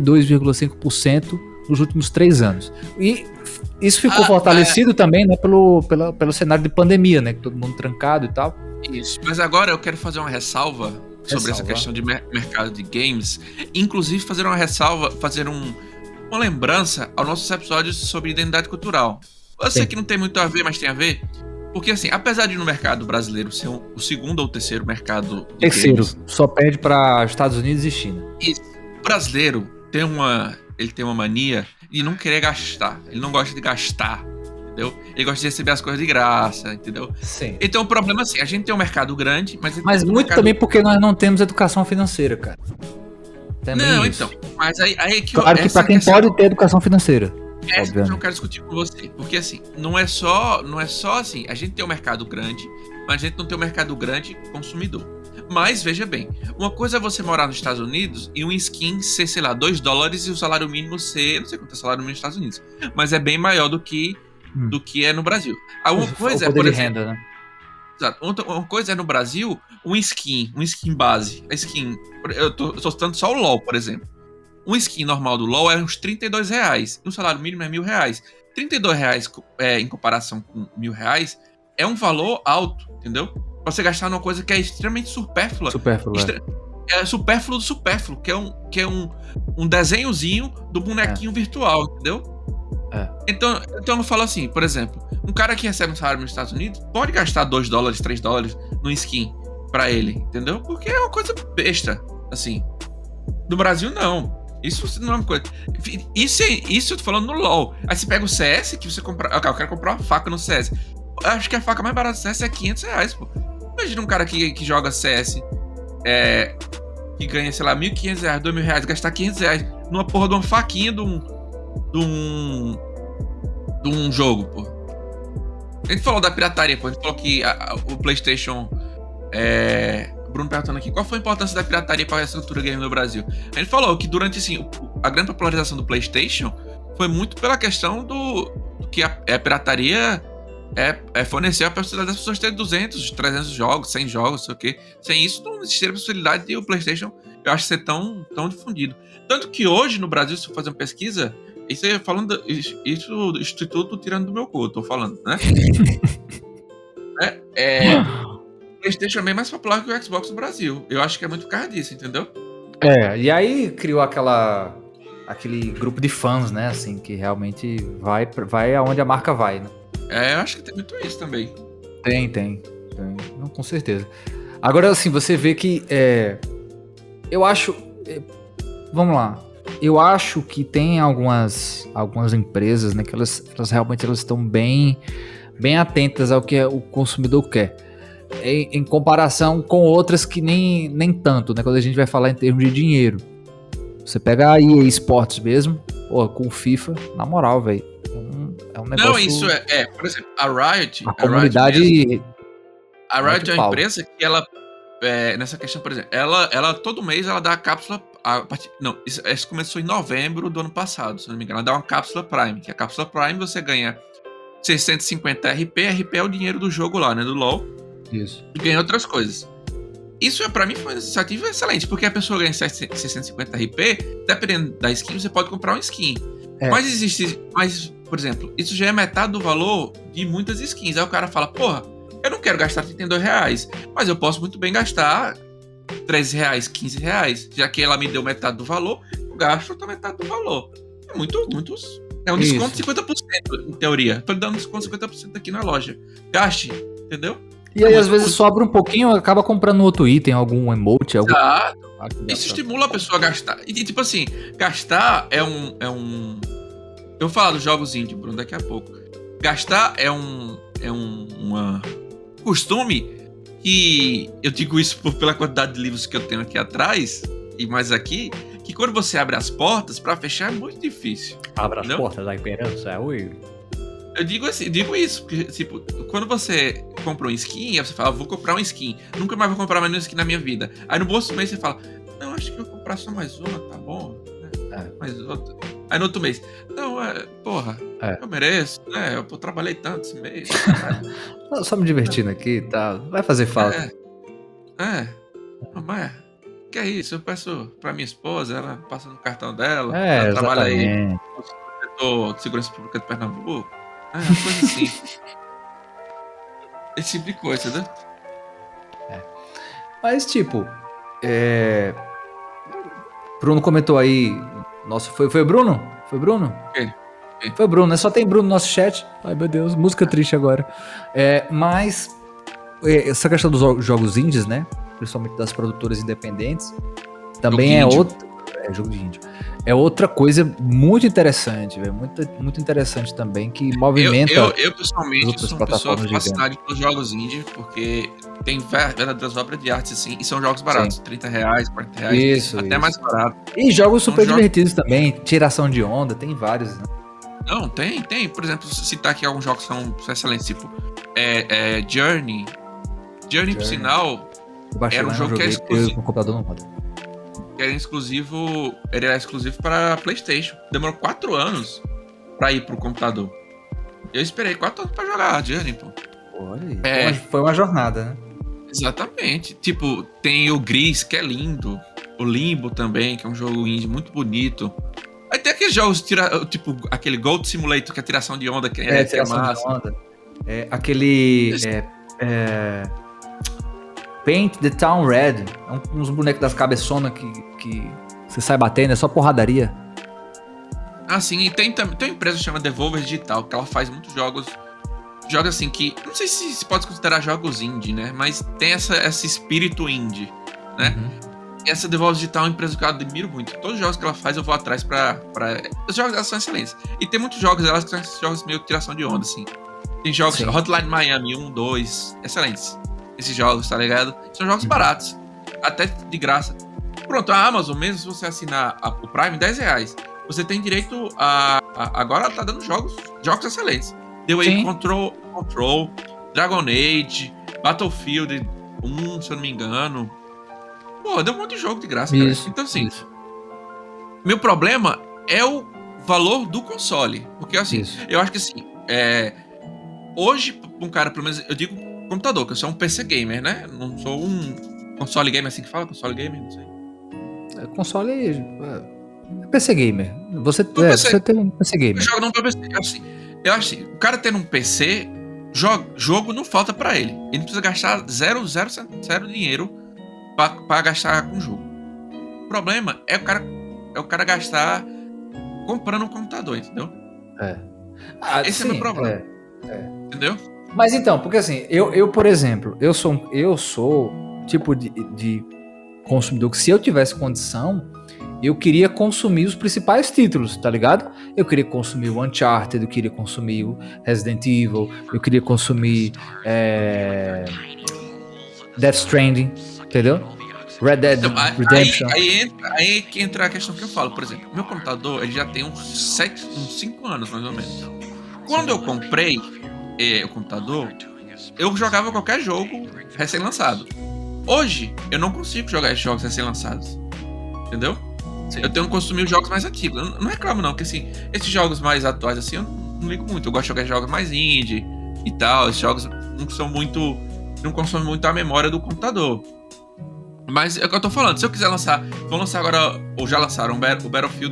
52,5% nos últimos 3 anos. E isso ficou fortalecido também, né, pelo cenário de pandemia, né, que todo mundo trancado e tal. Isso, mas agora eu quero fazer uma ressalva sobre essa questão de mercado de games, inclusive fazer uma ressalva, uma lembrança aos nossos episódios sobre identidade cultural. Eu sei que não tem muito a ver, mas tem a ver, porque assim, apesar de no mercado brasileiro ser o segundo ou terceiro mercado de games, só perde para Estados Unidos e China. Isso, o brasileiro tem uma mania de não querer gastar, ele não gosta de gastar, entendeu? Ele gosta de receber as coisas de graça, entendeu? Sim. Então o problema é assim, a gente tem um mercado grande, mas muito também porque nós não temos educação financeira, cara. Também não, isso. Então, mas aí que claro que pra quem pode ter educação financeira. Essa que eu não quero discutir com você, porque assim, não é só assim, a gente tem um mercado grande, mas a gente não tem um mercado grande consumidor. Mas, veja bem, uma coisa é você morar nos Estados Unidos e um skin ser, sei lá, $2 e o salário mínimo ser, não sei quanto é o salário mínimo nos Estados Unidos, mas é bem maior do que é no Brasil. Uma coisa é, por exemplo, renda, né? Exato. Uma coisa é no Brasil, um skin base. A skin, eu tô citando só o LoL, por exemplo. Um skin normal do LoL é uns R$32, e o salário mínimo é R$1.000. R$32 em comparação com R$1.000 é um valor alto, entendeu? Pra você gastar numa coisa que é extremamente supérflua. É supérfluo do supérfluo, que é um desenhozinho do bonequinho virtual, entendeu? Então eu falo assim, por exemplo, um cara que recebe um salário nos Estados Unidos pode gastar $2, $3 num skin pra ele, entendeu? Porque é uma coisa besta, assim. No Brasil, não. Isso não é uma coisa. Isso eu tô falando no LoL. Aí você pega o CS, que você compra. Eu quero comprar uma faca no CS. Eu acho que a faca mais barata do CS é R$500, pô. Imagina um cara que joga CS, que ganha, sei lá, R$1.500, R$2.000, gastar R$500 numa porra de uma faquinha de um jogo, pô. A gente falou da pirataria, pô. A gente falou que o PlayStation. Bruno perguntando aqui, qual foi a importância da pirataria para a estrutura game no Brasil? A gente falou que durante, assim, a grande popularização do PlayStation foi muito pela questão do que a pirataria fornecer a possibilidade das pessoas terem 200, 300 jogos, 100 jogos, não sei o quê. Sem isso, não existiria a possibilidade de o PlayStation, eu acho, ser tão difundido. Tanto que hoje, no Brasil, se eu fazer uma pesquisa, isso é falando, isso do Instituto tirando do meu cu, eu tô falando, né? O PlayStation é bem mais popular que o Xbox no Brasil. Eu acho que é muito por causa disso, entendeu? E aí criou aquele grupo de fãs, né, assim, que realmente vai aonde a marca vai, né? Eu acho que tem muito isso também. Tem. Não, com certeza. Agora, assim, você vê que eu acho... vamos lá. Eu acho que tem algumas empresas, né, que elas realmente estão bem atentas ao que o consumidor quer. Em comparação com outras que nem tanto, né? Quando a gente vai falar em termos de dinheiro. Você pega a EA Sports mesmo, com o FIFA, na moral, velho. É um negócio... Não, isso por exemplo, a Riot... A comunidade... A Riot é uma empresa que ela... nessa questão, por exemplo, ela todo mês ela dá a cápsula... isso começou em novembro do ano passado, se não me engano. Ela dá uma cápsula Prime, que a cápsula Prime você ganha 650 RP. RP é o dinheiro do jogo lá, né? Do LoL. Isso. E ganha outras coisas. Isso pra mim foi uma iniciativa excelente, porque a pessoa ganha 650 RP, dependendo da skin, você pode comprar uma skin. Mas, por exemplo, isso já é metade do valor de muitas skins. Aí o cara fala, porra, eu não quero gastar R$32, mas eu posso muito bem gastar R$13, R$15, já que ela me deu metade do valor, eu gasto outra metade do valor. É muitos. É um desconto de 50%, em teoria. Tô dando desconto de 50% aqui na loja. Gaste, entendeu? E aí, às vezes, sobra um pouquinho, acaba comprando outro item, algum emote, algum... Exato. Isso estimula a pessoa a gastar. E, tipo assim, gastar é um... Eu vou falar dos jogos indie, Bruno, daqui a pouco. Gastar é um costume que... Eu digo isso pela quantidade de livros que eu tenho aqui atrás, e mais aqui, que quando você abre as portas, pra fechar é muito difícil. Abre as portas da esperança, ui. Eu digo isso, porque, tipo, quando você compra uma skin, aí você fala, vou comprar uma skin, nunca mais vou comprar mais uma skin na minha vida. Aí no bolso do mês você fala, não, acho que eu vou comprar só mais uma, tá bom? Mais outra. Aí no outro mês, não, eu mereço, né? Eu trabalhei tanto esse mês. Só me divertindo aqui, tá? Vai fazer falta. Mas, que é isso? Eu peço pra minha esposa, ela passa no cartão dela, ela trabalha aí no setor de segurança pública de Pernambuco. Uma coisa assim. Esse tipo de coisa, né? Mas, tipo, Bruno comentou aí. Nossa, foi o Bruno? Foi o Bruno? Foi o Bruno, né? Só tem Bruno no nosso chat. Ai, meu Deus, música triste agora. Mas, essa questão dos jogos indies, né? Principalmente das produtoras independentes, também jogo de índio. É outra coisa muito interessante, velho. Muito interessante também, que movimenta. Eu pessoalmente sou uma pessoa fascinada pelos jogos indie, porque tem verdadeiras obras de arte, assim, e são jogos baratos, R$30, R$40, isso. mais barato. E jogos super divertidos também, tiração de onda, tem vários, né? Não, tem. Por exemplo, citar aqui alguns jogos que são excelentes, tipo, Journey. Journey, por sinal, era um jogo que era exclusivo. No computador não roda. Ele era exclusivo para PlayStation. Demorou 4 anos pra ir pro computador. Eu esperei 4 anos pra jogar a Journey, pô. Olha aí. Foi uma jornada, né? Exatamente. Tipo, tem o Gris, que é lindo. O Limbo também, que é um jogo indie muito bonito. Aí tem aqueles jogos, tipo, aquele Gold Simulator, que é tiração de onda, que é massa. De onda. Aquele... Paint the Town Red. Uns bonecos das cabeçonas que você sai batendo, é só porradaria. Ah, sim. E tem uma empresa que chama Devolver Digital, que ela faz muitos jogos assim que... Não sei se pode considerar jogos indie, né? Mas tem esse espírito indie, né? Uhum. Essa Devolver Digital é uma empresa que eu admiro muito. Todos os jogos que ela faz eu vou atrás pra... Os jogos dela são excelentes. E tem muitos jogos delas que são esses jogos meio tiração de onda, assim. Tem jogos... Sim. Hotline Miami 1, 2... Excelentes. Esses jogos, tá ligado? São jogos baratos. Até de graça. Pronto, a Amazon, mesmo se você assinar o Prime, R$10, você tem direito a... Agora ela tá dando jogos excelentes. Deu aí Control, Dragon Age, Battlefield 1, se eu não me engano. Pô, deu um monte de jogo de graça, cara. Então, assim, meu problema é o valor do console. Porque, assim, eu acho que, assim, hoje, um cara, pelo menos, eu digo computador, que eu sou um PC gamer, né? Não sou um console gamer, assim que fala? Console gamer? Não sei. Console é PC gamer. Você tem um PC gamer. Eu jogo num PC. Eu acho assim, o cara tendo um PC, jogo não falta pra ele. Ele não precisa gastar zero dinheiro pra gastar com jogo. problema é o cara gastar comprando um computador, entendeu? Esse é o meu problema. Entendeu? Mas então, porque assim, eu por exemplo, eu sou tipo de consumidor que se eu tivesse condição, eu queria consumir os principais títulos, tá ligado? Eu queria consumir o Uncharted, eu queria consumir o Resident Evil, eu queria consumir Death Stranding, entendeu? Red Dead Redemption. Aí que entra a questão que eu falo, por exemplo, meu computador ele já tem uns 5 anos mais ou menos. Quando eu comprei o computador, eu jogava qualquer jogo recém-lançado. Hoje, eu não consigo jogar esses jogos recém-lançados. Entendeu? Sim. Eu tenho que consumir os jogos mais antigos. Eu não reclamo não, porque assim, esses jogos mais atuais assim, eu não ligo muito. Eu gosto de jogar jogos mais indie e tal. Esses jogos não consomem muito a memória do computador. Mas é o que eu tô falando, se eu quiser vão lançar agora, ou já lançaram o Battlefield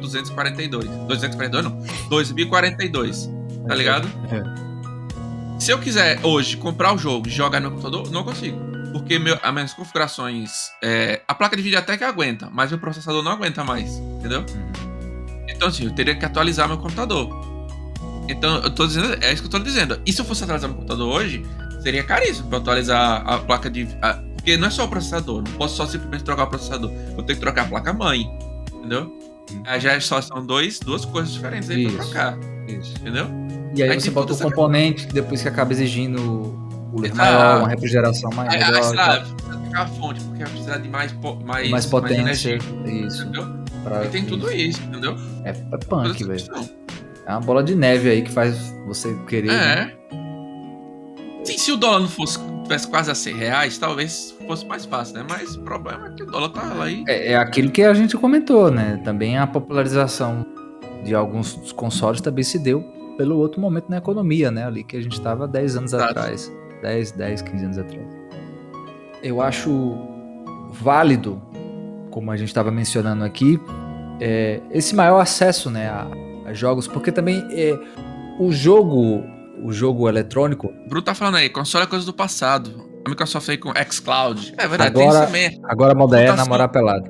2042, tá ligado? Se eu quiser hoje comprar o jogo e jogar no computador, não consigo. Porque as minhas configurações, a placa de vídeo até que aguenta, mas meu processador não aguenta mais, entendeu? Então assim, eu teria que atualizar meu computador. Então, é isso que eu tô dizendo. E se eu fosse atualizar meu computador hoje, seria caríssimo pra atualizar a placa de... Porque não é só o processador, não posso só simplesmente trocar o processador. Vou ter que trocar a placa-mãe, entendeu? Aí já são duas coisas diferentes aí pra trocar, entendeu? E aí você bota o componente que depois que acaba exigindo o maior, uma refrigeração maior. Aí sei lá, precisa trocar a fonte, porque vai precisar de mais potência. Mais energia, isso. Entendeu? E tem tudo isso, entendeu? É punk, velho. É uma bola de neve aí que faz você querer... Né? Sim, se o dólar tivesse quase a R$100, talvez fosse mais fácil, né? Mas o problema é que o dólar tá lá aí. É aquilo que a gente comentou, né? Também a popularização de alguns dos consoles também se deu pelo outro momento na economia, né? Ali que a gente tava 10 anos atrás. 10, 15 anos atrás. Eu acho válido, como a gente estava mencionando aqui, esse maior acesso, né, a jogos, porque também o jogo eletrônico... O Bruno tá falando aí, console é coisa do passado. A Microsoft aí com xCloud. É verdade, agora, tem isso mesmo. Agora a moda é namorar pelado.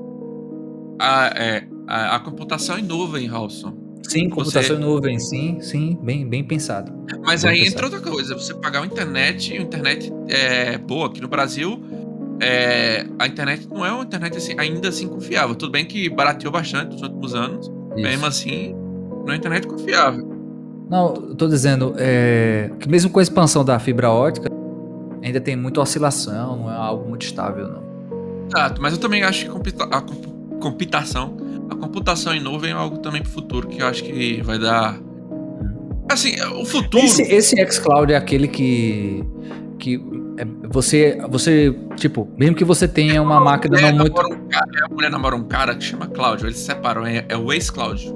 A computação em nuvem, Ralson. Sim, computação em nuvem, sim, bem pensado. Mas aí entra outra coisa, você pagar uma internet é boa. Aqui no Brasil, a internet não é uma internet assim, ainda assim confiável. Tudo bem que barateou bastante nos últimos anos, mesmo assim, não é uma internet confiável. Não, eu tô dizendo que mesmo com a expansão da fibra ótica, ainda tem muita oscilação, não é algo muito estável, não. Exato, mas eu também acho que a computação em nuvem é algo também pro futuro, que eu acho que vai dar... Assim, o futuro... Esse xCloud é aquele que você, tipo, mesmo que você tenha uma máquina não muito... A mulher namora um cara que chama Cláudio, eles se separam, é o ex-Cláudio.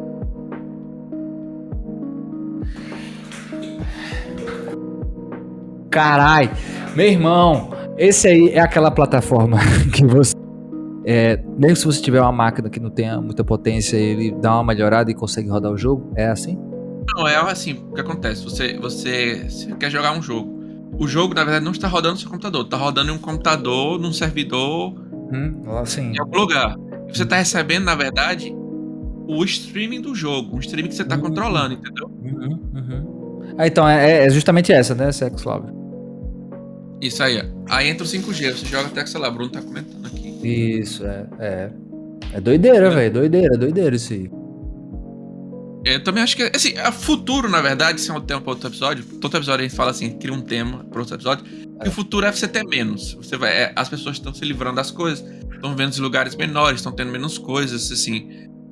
Carai, meu irmão, esse aí é aquela plataforma que você... mesmo se você tiver uma máquina que não tenha muita potência, ele dá uma melhorada e consegue rodar o jogo? É assim? Não, é assim, o que acontece? Você quer jogar um jogo. O jogo, na verdade, não está rodando no seu computador. Está rodando em um computador, num servidor, assim, em algum lugar. E você está recebendo, na verdade, o streaming do jogo. Um streaming que você está controlando, entendeu? Então, é justamente essa, né? Essa xCloud. Isso aí. Aí entra o 5G. Você joga até que, sei lá, o Bruno tá comentando aqui. Isso, É doideira, velho. Doideira isso aí. Eu também acho que, assim, o futuro, na verdade, se é um tema para outro episódio, todo episódio a gente fala assim, cria um tema para outro episódio, e o futuro é você ter menos. As pessoas estão se livrando das coisas, estão vendo os lugares menores, estão tendo menos coisas, assim.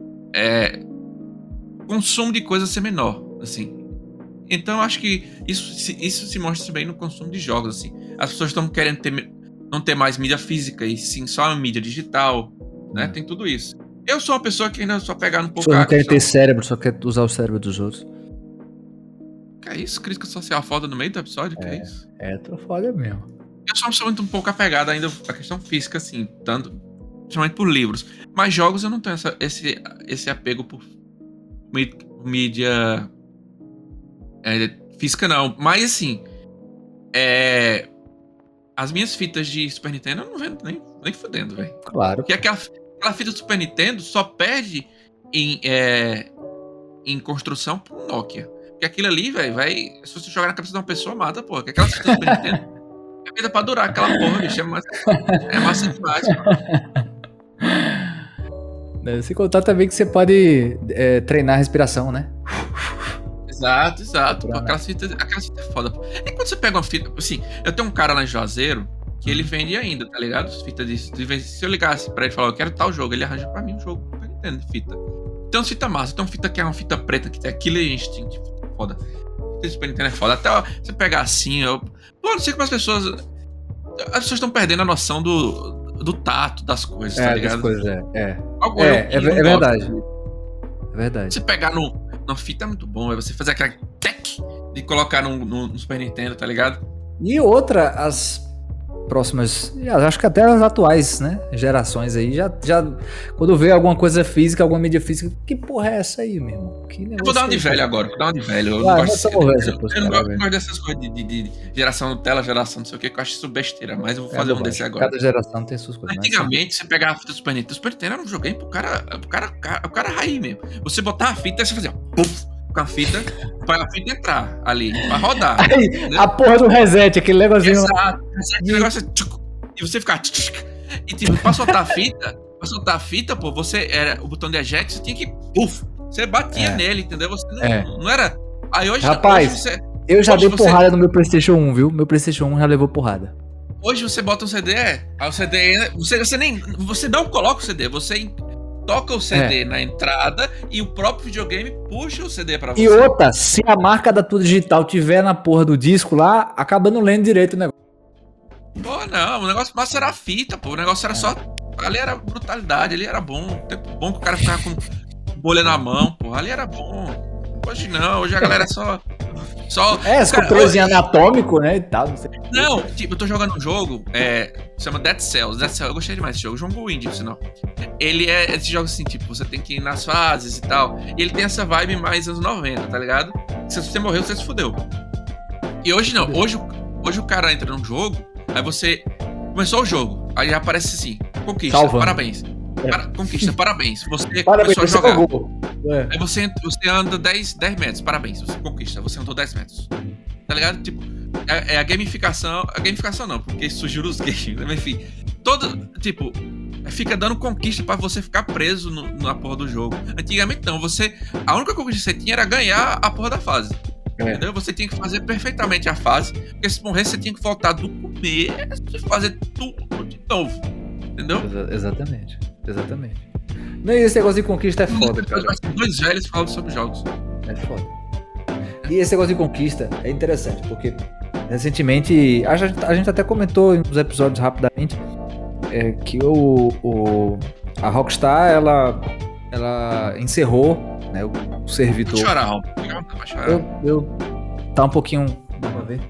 O consumo de coisas ser menor, assim. Então, eu acho que isso se mostra bem no consumo de jogos, assim. As pessoas estão querendo não ter mais mídia física, e sim só a mídia digital, né? Tem tudo isso. Eu sou uma pessoa que ainda só pegar um pouco... Só não quer ter cérebro, só quer usar o cérebro dos outros. Que é isso? Crítica social foda no meio do episódio? Que é isso? Tô foda mesmo. Eu sou uma pessoa muito um pouco apegada ainda à questão física, assim, tanto, principalmente por livros. Mas jogos eu não tenho esse apego por mídia física, não. Mas, assim, as minhas fitas de Super Nintendo eu não vendo nem fudendo, velho. Claro. Que Aquela fita do Super Nintendo só perde em construção pro Nokia. Porque aquilo ali, velho, se você jogar na cabeça de uma pessoa, mata, porra. Porque aquela fita do Super Nintendo é feita pra durar aquela porra, bicho. É massa demais, mano. Sem contar também que você pode treinar a respiração, né? Exato. Pô, aquela fita é foda. Pô. E quando você pega uma fita... Assim, eu tenho um cara lá em Juazeiro que ele vende ainda, tá ligado? As fitas disso. Se eu ligasse pra ele e falar, eu quero tal jogo, ele arranja pra mim um jogo pra Nintendo de fita. Tem uma fita massa, tem uma fita que é uma fita preta, que tem Killer Instinct, foda. Fita de Super Nintendo é foda. Até você pegar assim, Pô, não sei como as pessoas estão perdendo a noção do tato das coisas, tá ligado? Das coisas, é verdade. É verdade. Você pegar numa fita é muito bom, é você fazer aquela tech de colocar no Super Nintendo, tá ligado? E outra, as próximas, acho que até as atuais, né, gerações aí, já quando vê alguma coisa física, alguma mídia física, que porra é essa aí, meu irmão? Eu vou dar uma de velho agora, Eu não gosto dessas coisas de geração Nutella, geração não sei o que eu acho isso besteira, mas eu vou fazer um desse agora. Cada geração tem suas coisas. Antigamente, você pegava a fita do Super Nintendo. O Super Nintendo era um videogame pro cara raiz mesmo. Você botava a fita e você fazia puf, com a fita, pra a fita entrar ali, pra rodar. Aí, a porra do reset, aquele negocinho. Exato. Aquele negócio e você ficar. E tipo, pra soltar a fita, pô, você era o botão de eject, você tinha que. Puf! Você batia nele, entendeu? Você não era. Aí hoje. Rapaz, eu já dei porrada no meu PlayStation 1, viu? Meu PlayStation 1 já levou porrada. Hoje você bota um CD, aí o CD. Você não coloca o CD, você toca o CD na entrada e o próprio videogame puxa o CD pra você. E outra, se a marca da tua digital tiver na porra do disco lá, acaba não lendo direito o negócio. Pô, não, o negócio massa era a fita, pô. O negócio era só. Ali era brutalidade, ali era bom. Tempo bom que o cara ficava com bolha na mão, pô. Ali era bom. Hoje não, hoje a galera só esse controlezinho anatômico, né, e tal. Não, tipo, eu tô jogando um jogo, chama Dead Cells. Eu gostei demais desse jogo, jogo indie, por sinal. Ele é esse jogo assim, tipo, você tem que ir nas fases e tal. E ele tem essa vibe mais anos 90, tá ligado? Se você morreu, você se fudeu. E hoje não, hoje o cara entra num jogo, aí você começou o jogo, aí aparece assim, conquista, salvando. Parabéns. Conquista, parabéns. Você começou a jogar. Aí você anda 10 metros, parabéns. Você conquista, você andou 10 metros. Tá ligado? Tipo, é a gamificação. A gamificação não, porque surgiu os games. Mas enfim, tipo, fica dando conquista pra você ficar preso na porra do jogo. Antigamente não, a única conquista que você tinha era ganhar a porra da fase. Entendeu? Você tinha que fazer perfeitamente a fase, porque se morrer você tinha que voltar do começo e fazer tudo de novo. Entendeu? Exatamente. Não, e esse negócio de conquista é foda, cara. Dois velhos falam sobre jogos. É foda. E esse negócio de conquista é interessante, porque recentemente, a gente até comentou em uns episódios rapidamente, que a Rockstar, ela encerrou, né, o servidor. Vou chorar, Raul. Tá um pouquinho... Vamos ver.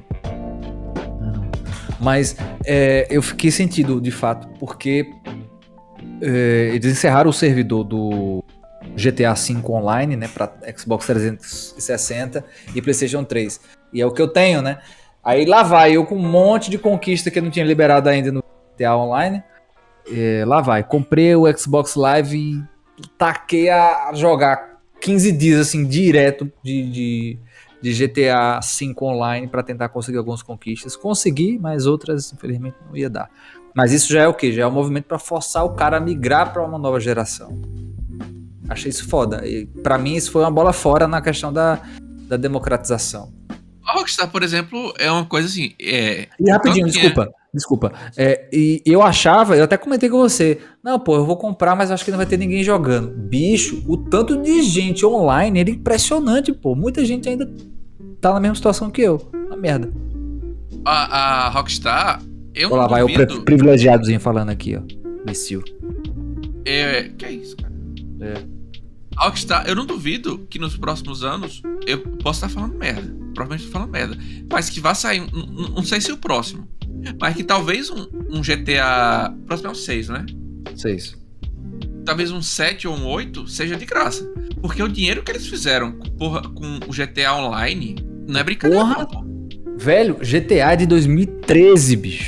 Mas eu fiquei sentido, de fato, porque eles encerraram o servidor do GTA V Online, né, para Xbox 360 e PlayStation 3. E é o que eu tenho, né? Aí lá vai, eu com um monte de conquista que eu não tinha liberado ainda no GTA Online. Lá vai, comprei o Xbox Live e taquei a jogar 15 dias assim, direto de GTA V Online para tentar conseguir algumas conquistas. Consegui, mas outras, infelizmente, não ia dar. Mas isso já é o quê? Já é um movimento para forçar o cara a migrar para uma nova geração. Achei isso foda. E para mim isso foi uma bola fora na questão da democratização. A Rockstar, por exemplo, é uma coisa assim... E rapidinho, desculpa. E eu até comentei com você, não, pô, eu vou comprar, mas acho que não vai ter ninguém jogando. Bicho, o tanto de gente online era impressionante, pô. Muita gente ainda tá na mesma situação que eu. Uma merda. A Rockstar, eu não vai duvido... o privilegiadozinho falando aqui, ó. Imbecil. Que é isso, cara? A Rockstar, eu não duvido que nos próximos anos eu posso estar falando merda. Provavelmente estou falando merda. Mas que vai sair, não sei se o próximo, mas que talvez um GTA... O próximo é o 6, né? 6. Talvez um 7 ou um 8 seja de graça. Porque o dinheiro que eles fizeram com o GTA Online não é brincadeira. Porra. Não, velho, GTA de 2013, bicho.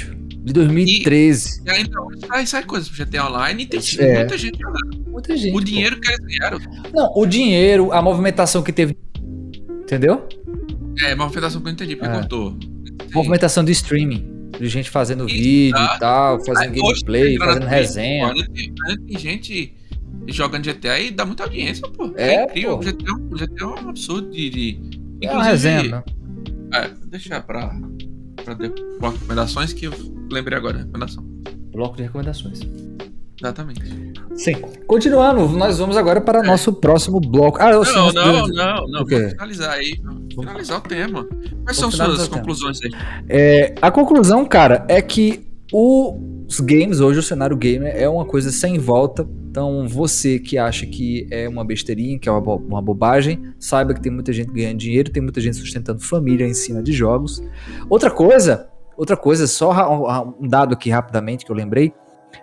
De 2013. E ainda sai coisas pro GTA Online e tem muita gente jogando. Muita gente. O dinheiro que eles ganharam. Não, o dinheiro, a movimentação que teve. Entendeu? É, uma movimentação que eu não entendi, porque cortou. Movimentação de streaming. De gente fazendo vídeo e tal, fazendo gameplay, fazendo resenha. Ainda tem gente jogando GTA e dá muita audiência, pô. É incrível. pô. O GTA é um absurdo de é uma resenha, né? Deixa pra bloco de recomendações que eu lembrei agora. Recomendação. Bloco de recomendações. Exatamente. Sim. Continuando, nós vamos agora para nosso próximo bloco. Não. Vamos finalizar aí. Finalizar o tema. Quais são suas conclusões aí? A conclusão, cara, é que os games, hoje o cenário gamer é uma coisa sem volta. Então você que acha que é uma besteirinha, que é uma bobagem, saiba que tem muita gente ganhando dinheiro, tem muita gente sustentando família em cima de jogos. Outra coisa, só um dado aqui rapidamente que eu lembrei,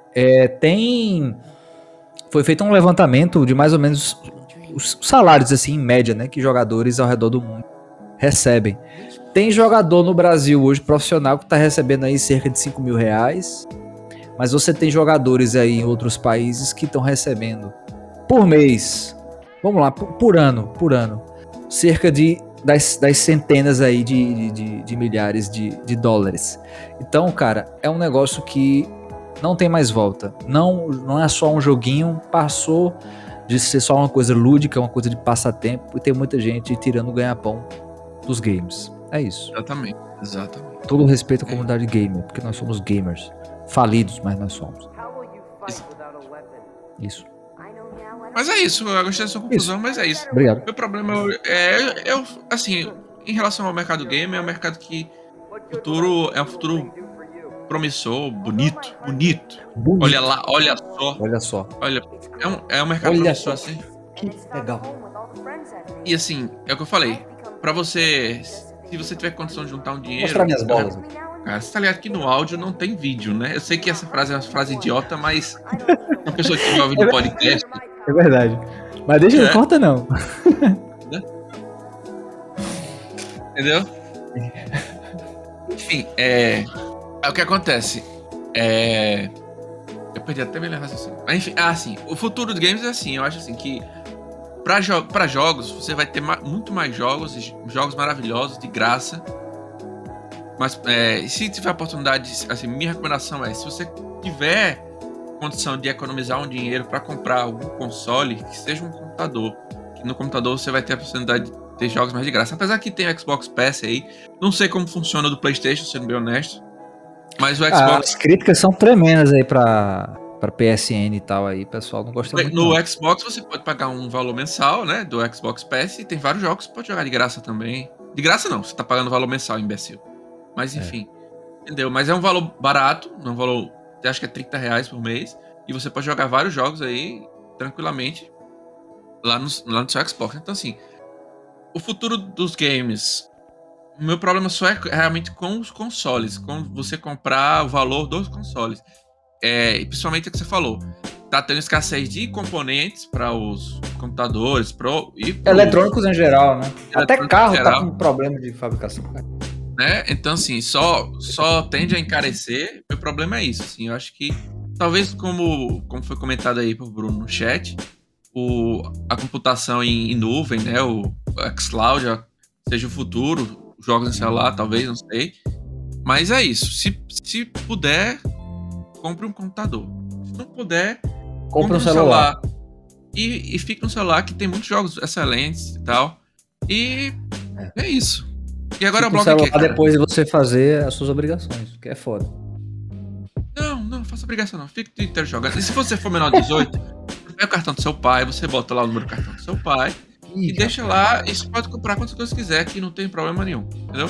foi feito um levantamento de mais ou menos os salários, assim, em média, né, que jogadores ao redor do mundo recebem. Tem jogador no Brasil hoje, profissional, que está recebendo aí cerca de R$5.000, mas você tem jogadores aí em outros países que estão recebendo por mês, vamos lá, por ano, cerca das centenas aí de milhares de dólares. Então, cara, é um negócio que não tem mais volta. Não é só um joguinho, passou de ser só uma coisa lúdica, uma coisa de passatempo, e tem muita gente tirando o ganha-pão dos games. É isso. Exatamente. Todo respeito à comunidade gamer, porque nós somos gamers. Falidos, mas nós somos. Isso. Mas é isso, eu gostei da sua conclusão, mas é isso. Obrigado. Meu problema assim, em relação ao mercado gamer, é um mercado que é um futuro promissor, bonito. Olha só. É um mercado promissor, assim. Que legal. E assim, é o que eu falei. Pra você, se você tiver condição de juntar um dinheiro... Mostrar minhas bolas. Cara, você tá ligado que no áudio não tem vídeo, né? Eu sei que essa frase é uma frase idiota, mas uma pessoa que vai ouvir no podcast... É verdade. Mas deixa, não corta não. Entendeu? Enfim, o que acontece? Eu perdi até meu raciocínio. Enfim, assim, o futuro dos games é assim, eu acho assim que pra jogos, você vai ter muito mais jogos maravilhosos, de graça. Mas se tiver oportunidade, assim, minha recomendação se você tiver condição de economizar um dinheiro para comprar algum console, que seja um computador, que no computador você vai ter a possibilidade de ter jogos mais de graça. Apesar que tem o Xbox Pass aí, não sei como funciona do PlayStation, sendo bem honesto, mas o Xbox... As críticas são tremendas aí pra PSN e tal aí, o pessoal não gosta muito. No Xbox você pode pagar um valor mensal, né, do Xbox Pass, e tem vários jogos que você pode jogar de graça também. De graça não, você tá pagando valor mensal, imbecil. Mas enfim, entendeu? Mas é um valor barato, um valor, acho que é R$30 por mês, e você pode jogar vários jogos aí, tranquilamente, lá no seu Xbox. Então assim, o futuro dos games, o meu problema só é realmente com os consoles, com você comprar o valor dos consoles. E principalmente o que você falou, tá tendo escassez de componentes para os computadores, eletrônicos em geral, né? Até carro tá com problema de fabricação. Né? Então, assim, só tende a encarecer. Meu problema é isso, assim, eu acho que talvez, como foi comentado aí por Bruno no chat, a computação em nuvem, né, o xCloud seja o futuro, jogos em celular, talvez, não sei, mas é isso, se puder, compre um computador, se não puder, compre um celular. E fique no celular, que tem muitos jogos excelentes e tal, e é isso. E agora o bloco aqui, depois de você fazer as suas obrigações, que é foda. Não faça obrigação não. Fique o dia inteiro jogando. E se você for menor de 18, pega o cartão do seu pai, você bota lá o número do cartão do seu pai e deixa lá, e você pode comprar quantas coisas quiser, que não tem problema nenhum. Entendeu?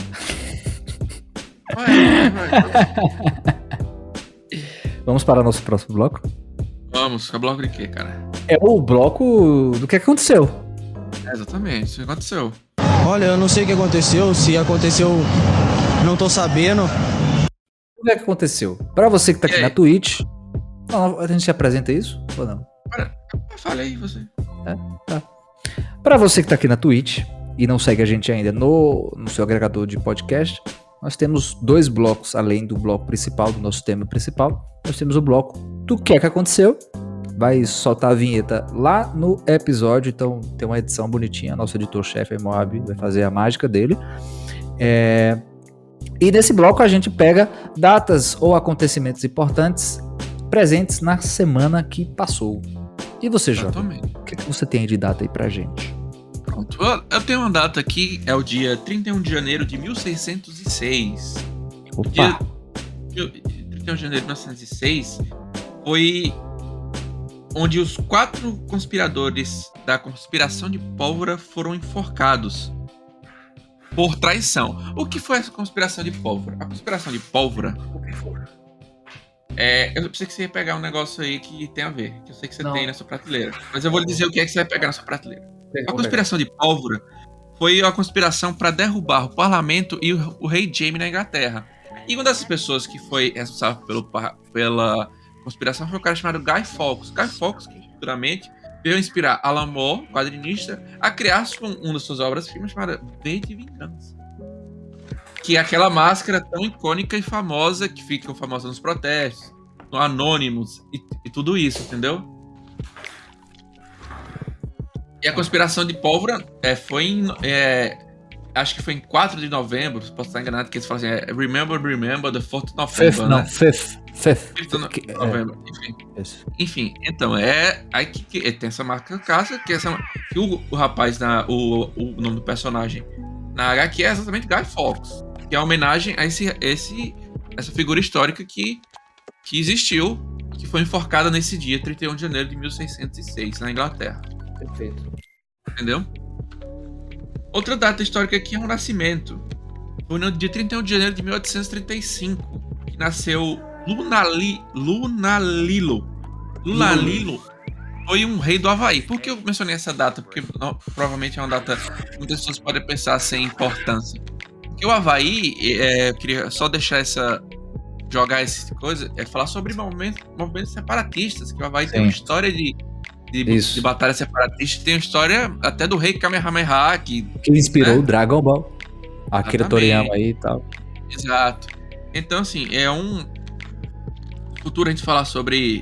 Vai. Vamos para o nosso próximo bloco? Vamos. É o bloco de quê, cara? É o bloco do que aconteceu. Exatamente. O que aconteceu? Olha, eu não sei o que aconteceu. Se aconteceu, não tô sabendo. O que aconteceu? Pra você que tá aqui na Twitch... Não, a gente apresenta isso? Ou não? Fala aí, você. Tá. Pra você que tá aqui na Twitch e não segue a gente ainda no seu agregador de podcast, nós temos 2 blocos, além do bloco principal, do nosso tema principal. Nós temos o bloco do que é que aconteceu. Vai soltar a vinheta lá no episódio, então tem uma edição bonitinha. Nosso editor-chefe, Moab, vai fazer a mágica dele. E nesse bloco a gente pega datas ou acontecimentos importantes presentes na semana que passou. E você, Jovem? O que você tem de data aí pra gente? Pronto, eu tenho uma data aqui, é o dia 31 de janeiro de 1606. Opa! Dia 31 de janeiro de 1906 foi onde os 4 conspiradores da conspiração de pólvora foram enforcados por traição. O que foi essa conspiração de pólvora? A conspiração de pólvora, o que foi? Eu pensei que você ia pegar um negócio aí que tem a ver, que eu sei que você tem na sua prateleira. Mas eu vou lhe dizer o que é que você vai pegar na sua prateleira. A conspiração de pólvora foi a conspiração para derrubar o parlamento e o rei Jaime na Inglaterra. E uma dessas pessoas que foi responsável pela conspiração foi um cara chamado Guy Fawkes. Guy Fawkes, que futuramente veio inspirar Alan Moore, quadrinista, a criar uma das suas obras-primas chamada V de Vingança. Que é aquela máscara tão icônica e famosa que fica famosa nos protestos, no Anonymous e tudo isso, entendeu? E a conspiração de pólvora acho que foi em 4 de novembro, posso estar enganado, que eles falam assim, Remember the 4th of November, né? 5th of November, enfim, então, aí que tem essa marca casa, que o rapaz, o nome do personagem na HQ é exatamente Guy Fawkes, que é uma homenagem a essa figura histórica que existiu, que foi enforcada nesse dia, 31 de janeiro de 1606, na Inglaterra. Perfeito. Entendeu? Outra data histórica aqui é o nascimento. Foi no dia 31 de janeiro de 1835 que nasceu Lunalilo. Lunalilo foi um rei do Havaí. Por que eu mencionei essa data? Porque provavelmente é uma data que muitas pessoas podem pensar sem importância. Porque o Havaí, eu queria só deixar jogar essa coisa, falar sobre movimentos separatistas, que o Havaí tem uma história de batalha separatista, tem uma história até do rei Kamehameha, que inspirou o Dragon Ball. Akira Toriyama aí e tal. Exato. Então, assim, futuro a gente falar sobre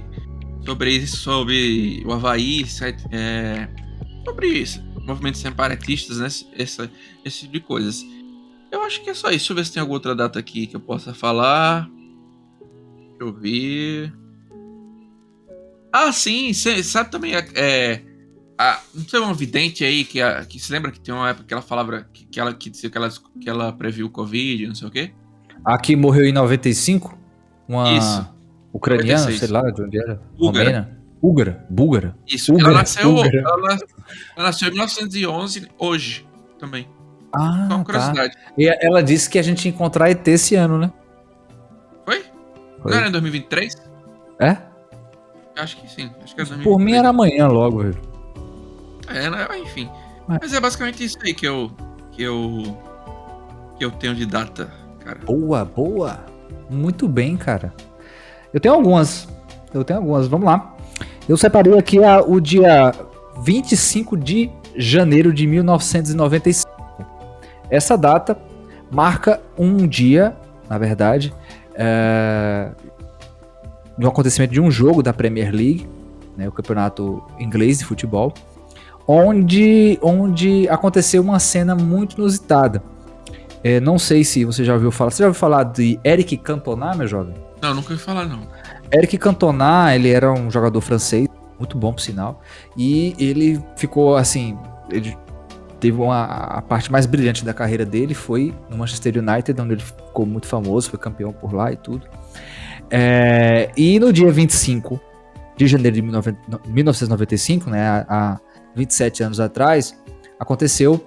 o Havaí, sobre isso, movimentos separatistas, né? Esse tipo de coisas. Eu acho que é só isso. Deixa eu ver se tem alguma outra data aqui que eu possa falar. Deixa eu ver. Ah, sim, sabe também, não tem uma vidente aí que se lembra que tem uma época que ela falava que ela dizia que ela previu o Covid, não sei o quê? Aqui morreu em 95? Uma ucraniana, 96. Sei lá de onde era. Búlgara. Isso, ela nasceu em 1911, hoje também. Ah, só uma curiosidade. Tá. E ela disse que a gente ia encontrar ET esse ano, né? Foi? Não era em 2023? É? Acho que sim. Acho que é 2023. Por mim era amanhã logo. Enfim. Mas é basicamente isso aí que eu tenho de data, cara. Boa. Muito bem, cara. Eu tenho algumas. Vamos lá. Eu separei aqui o dia 25 de janeiro de 1995. Essa data marca um dia, na verdade, do acontecimento de um jogo da Premier League, né, o campeonato inglês de futebol, onde aconteceu uma cena muito inusitada. Não sei se você já ouviu falar. Você já ouviu falar de Eric Cantona, meu jovem? Não, nunca ouvi falar, não. Eric Cantona, ele era um jogador francês, muito bom por sinal, e ele ficou assim, ele teve a parte mais brilhante da carreira dele foi no Manchester United, onde ele ficou muito famoso, foi campeão por lá e tudo. E no dia 25 de janeiro de 1995, né, há 27 anos atrás, aconteceu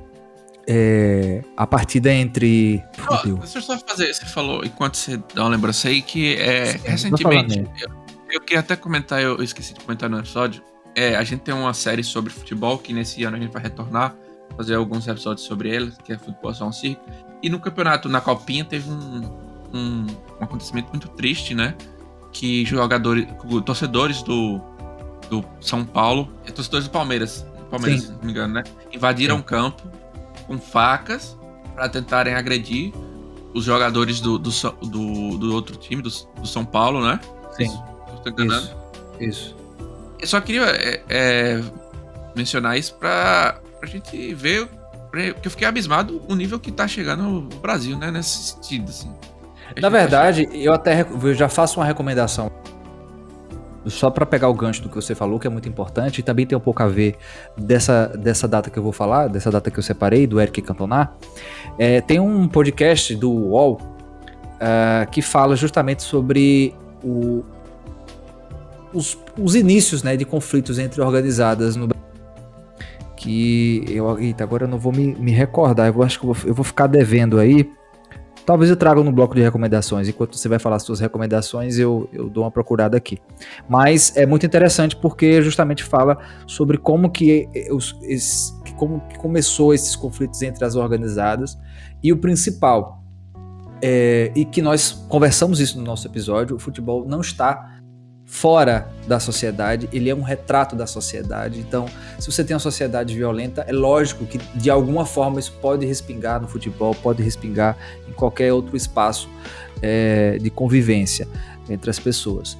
a partida entre... Deixa eu só fazer, você falou, enquanto você dá uma lembrança aí, que recentemente, eu queria até comentar, eu esqueci de comentar no episódio, a gente tem uma série sobre futebol, que nesse ano a gente vai retornar, fazer alguns episódios sobre ele, que é Futebol Só um Circo, e no campeonato, na Copinha, teve um acontecimento muito triste, né, que torcedores do São Paulo, torcedores do Palmeiras, se não me engano, né, invadiram o campo com facas para tentarem agredir os jogadores do outro time, do São Paulo, né? Sim. Estou enganando. Isso. Eu só queria mencionar isso pra gente ver, porque eu fiquei abismado o nível que tá chegando o Brasil, né? Nesse sentido, assim. Na verdade, eu já faço uma recomendação. Só para pegar o gancho do que você falou, que é muito importante, e também tem um pouco a ver dessa data que eu vou falar, dessa data que eu separei, do Eric Cantona. Tem um podcast do UOL que fala justamente sobre os inícios, né, de conflitos entre organizadas no Brasil. Agora eu não vou me recordar, eu acho que eu vou ficar devendo aí. Talvez eu traga no bloco de recomendações. Enquanto você vai falar as suas recomendações, eu dou uma procurada aqui. Mas é muito interessante porque justamente fala sobre como que começou esses conflitos entre as organizadas. E o principal, e que nós conversamos isso no nosso episódio, o futebol não está fora da sociedade, ele é um retrato da sociedade. Então, se você tem uma sociedade violenta, é lógico que de alguma forma isso pode respingar no futebol, pode respingar em qualquer outro espaço de convivência entre as pessoas.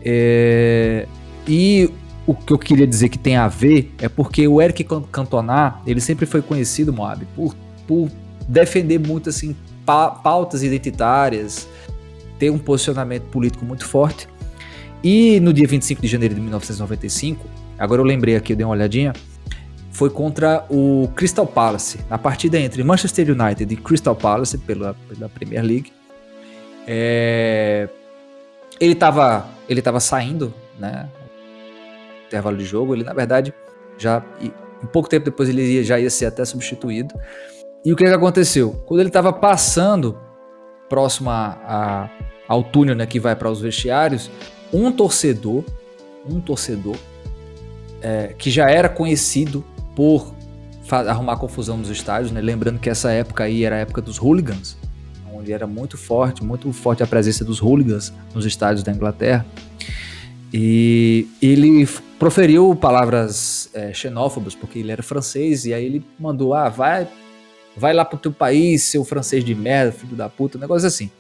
E o que eu queria dizer que tem a ver é porque o Eric Cantona, ele sempre foi conhecido, Moab, por defender muito assim, pautas identitárias, ter um posicionamento político muito forte. E no dia 25 de janeiro de 1995, agora eu lembrei aqui, eu dei uma olhadinha, foi contra o Crystal Palace, na partida entre Manchester United e Crystal Palace pela Premier League. Ele estava saindo, né, intervalo de jogo, ele na verdade, um pouco tempo depois ele já ia ser até substituído. E o que aconteceu? Quando ele estava passando próximo ao túnel, né, que vai para os vestiários, um torcedor que já era conhecido por arrumar confusão nos estádios, né? Lembrando que essa época aí era a época dos hooligans, onde era muito forte a presença dos hooligans nos estádios da Inglaterra, e ele proferiu palavras xenófobas, porque ele era francês, e aí ele mandou, vai lá pro teu país, seu francês de merda, filho da puta, um negócio assim.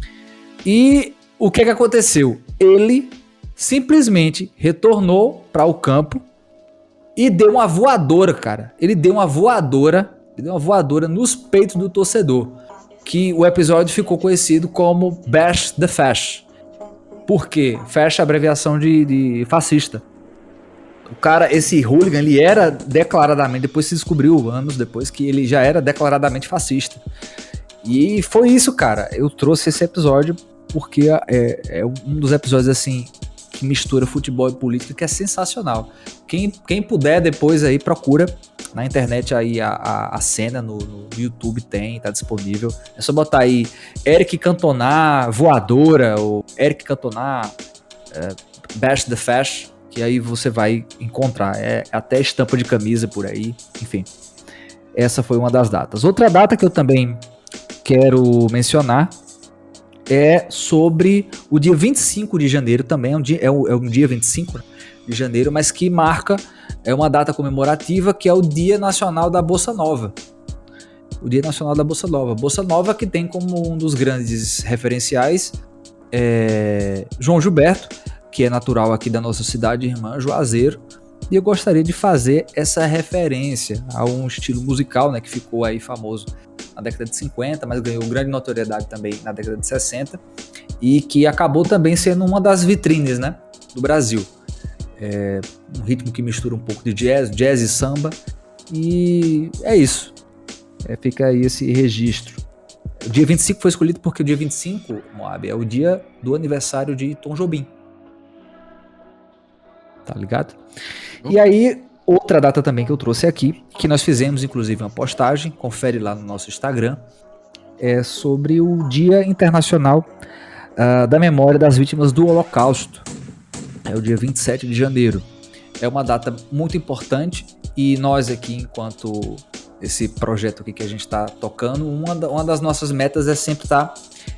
E o que aconteceu? Ele simplesmente retornou para o campo e deu uma voadora, cara. Ele deu uma voadora nos peitos do torcedor, que o episódio ficou conhecido como Bash the Fash. Por quê? Fash é a abreviação de fascista. O cara, esse hooligan, ele era declaradamente, depois se descobriu anos depois que ele já era declaradamente fascista. E foi isso, cara. Eu trouxe esse episódio porque é um dos episódios assim que mistura futebol e política, que é sensacional. Quem puder depois aí procura na internet aí a cena no YouTube, tá disponível. É só botar aí Eric Cantona voadora ou Eric Cantona Bash the Fash, que aí você vai encontrar. Até estampa de camisa por aí, enfim. Essa foi uma das datas. Outra data que eu também quero mencionar é sobre o dia 25 de janeiro também, é um dia 25 de janeiro, mas que marca, é uma data comemorativa, que é o Dia Nacional da Bossa Nova. O Dia Nacional da Bossa Nova. Bossa Nova que tem como um dos grandes referenciais João Gilberto, que é natural aqui da nossa cidade irmã, Juazeiro, e eu gostaria de fazer essa referência a um estilo musical, né, que ficou aí famoso na década de 50, mas ganhou grande notoriedade também na década de 60, e que acabou também sendo uma das vitrines, né, do Brasil. Um ritmo que mistura um pouco de jazz e samba, e é isso. Fica aí esse registro. O dia 25 foi escolhido porque o dia 25, Moab, é o dia do aniversário de Tom Jobim. Tá ligado? E aí, outra data também que eu trouxe aqui, que nós fizemos inclusive uma postagem, confere lá no nosso Instagram, é sobre o Dia Internacional da Memória das Vítimas do Holocausto. É o dia 27 de janeiro. É uma data muito importante e nós aqui, enquanto esse projeto aqui que a gente está tocando, uma das nossas metas é sempre estar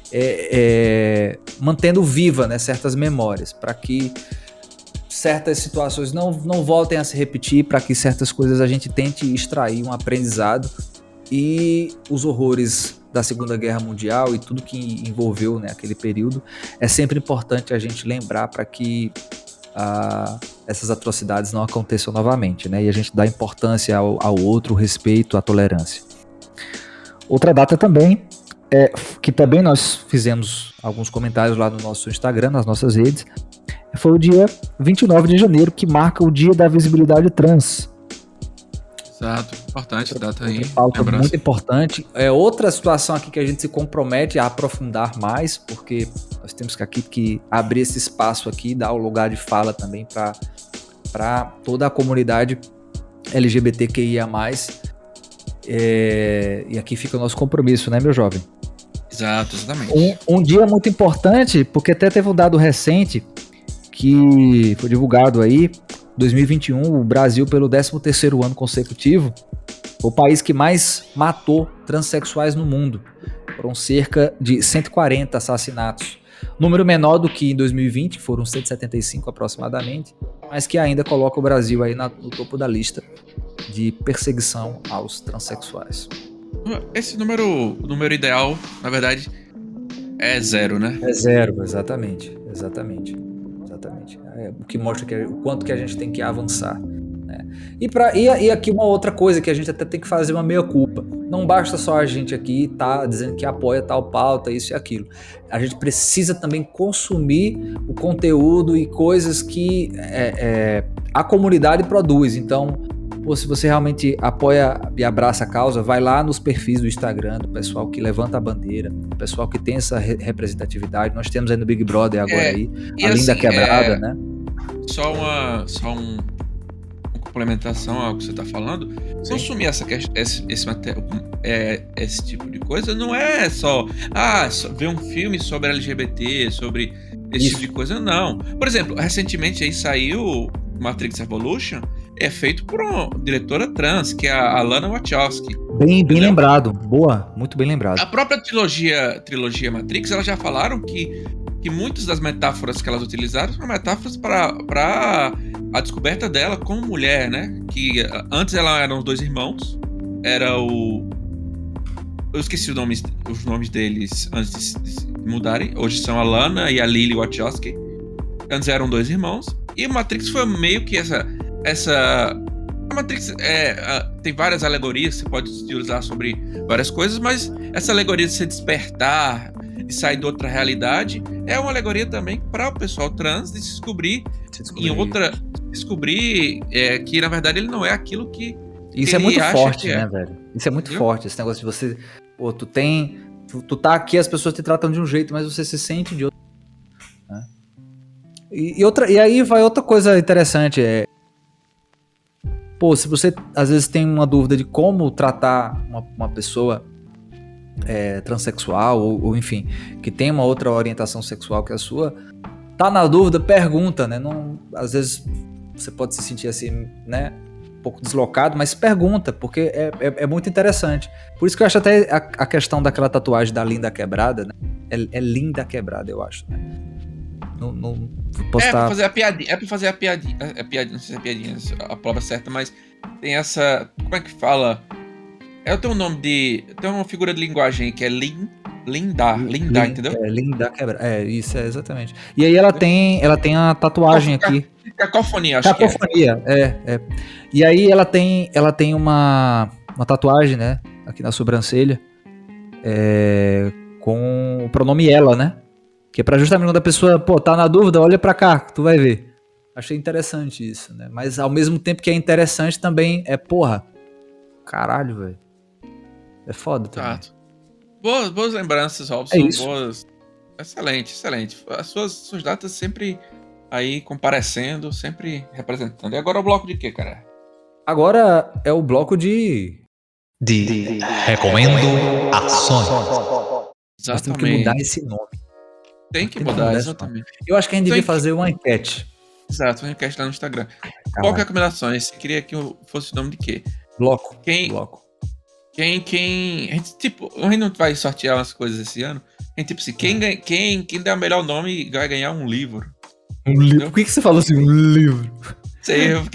mantendo viva, né, certas memórias, para que certas situações não voltem a se repetir, para que certas coisas a gente tente extrair um aprendizado e os horrores da Segunda Guerra Mundial e tudo que envolveu, né, aquele período, é sempre importante a gente lembrar para que essas atrocidades não aconteçam novamente, né? E a gente dá importância ao outro, o respeito, à tolerância. Outra data também, que também nós fizemos alguns comentários lá no nosso Instagram, nas nossas redes, foi o dia 29 de janeiro, que marca o Dia da Visibilidade Trans. Exato, importante data aí. Muito importante. Outra situação aqui que a gente se compromete a aprofundar mais, porque nós temos que abrir esse espaço aqui, dar o lugar de fala também para toda a comunidade LGBTQIA+. E aqui fica o nosso compromisso, né, meu jovem? Exato, exatamente. Um dia muito importante, porque até teve um dado recente que foi divulgado aí, 2021, o Brasil, pelo 13º ano consecutivo, foi o país que mais matou transexuais no mundo. Foram cerca de 140 assassinatos. Número menor do que em 2020, que foram 175 aproximadamente, mas que ainda coloca o Brasil aí no topo da lista de perseguição aos transexuais. Esse o número ideal, na verdade, é 0, né? É 0, exatamente. O que mostra o quanto que a gente tem que avançar, né? E aqui uma outra coisa que a gente até tem que fazer uma meia-culpa. Não basta só a gente aqui tá dizendo que apoia tal pauta, isso e aquilo. A gente precisa também consumir o conteúdo e coisas que a comunidade produz. Então, se você realmente apoia e abraça a causa, vai lá nos perfis do Instagram do pessoal que levanta a bandeira, do pessoal que tem essa representatividade. Nós temos aí no Big Brother agora aí, a assim, Linda Quebrada, né? Só uma complementação ao que você está falando. Sim. Consumir esse tipo de coisa não é só ver um filme sobre LGBT, sobre esse tipo de coisa, não. Por exemplo, recentemente aí saiu Matrix Revolution, é feito por uma diretora trans, que é a Lana Wachowski. Bem lembrado, boa, muito bem lembrado. A própria trilogia Matrix, elas já falaram que muitas das metáforas que elas utilizaram são metáforas para a descoberta dela como mulher, né? Que antes ela eram os 2 irmãos, eu esqueci os nomes deles antes de mudarem. Hoje são a Lana e a Lily Wachowski. Antes eram 2 irmãos. E o Matrix foi meio que essa... A Matrix tem várias alegorias que você pode utilizar sobre várias coisas, mas essa alegoria de se despertar, de sair de outra realidade, é uma alegoria também para o pessoal trans de se descobrir em outra... Descobrir que, na verdade, ele não é aquilo que isso é muito forte, né, velho? Isso é muito forte, esse negócio de você... Pô, tu tá aqui, as pessoas te tratam de um jeito, mas você se sente de outro. Né? E aí vai outra coisa interessante, se você às vezes tem uma dúvida de como tratar uma pessoa transexual, ou enfim, que tem uma outra orientação sexual que a sua, tá na dúvida, pergunta, né? Não, às vezes você pode se sentir assim, né, um pouco deslocado, mas pergunta, porque é muito interessante. Por isso que eu acho até a questão daquela tatuagem da Linda Quebrada, né? É Linda Quebrada, eu acho, né? Não pra fazer a piadinha. Não sei se é piadinha a palavra certa, mas tem essa... Como é que fala? Tem um nome de... Tem uma figura de linguagem aí que é Linda, entendeu? Linda Quebrada. Isso, exatamente. E aí ela tem a tatuagem aqui. Cacofonia, acho que é. Cacofonia, E aí ela tem uma tatuagem, né? Aqui na sobrancelha. Com o pronome ela, né? Que é pra justamente quando a pessoa, tá na dúvida, olha pra cá, que tu vai ver. Achei interessante isso, né? Mas ao mesmo tempo que é interessante também caralho, velho. É foda também. Boas lembranças, Robson. Boas. Excelente. As suas datas sempre aí comparecendo, sempre representando. E agora é o bloco de quê, cara? Agora é o bloco de Recomendo Ações. Exatamente. Nós temos que mudar esse nome. Tem que mudar, exatamente. Eu acho que a gente devia fazer uma enquete. Exato, uma enquete lá no Instagram. Qual recomendações? Você queria que fosse o nome de quê? Bloco. Bloco. A gente não vai sortear umas coisas esse ano. A gente, quem der o melhor nome vai ganhar um livro. Um livro? Por que você falou assim, um livro? Sei, porque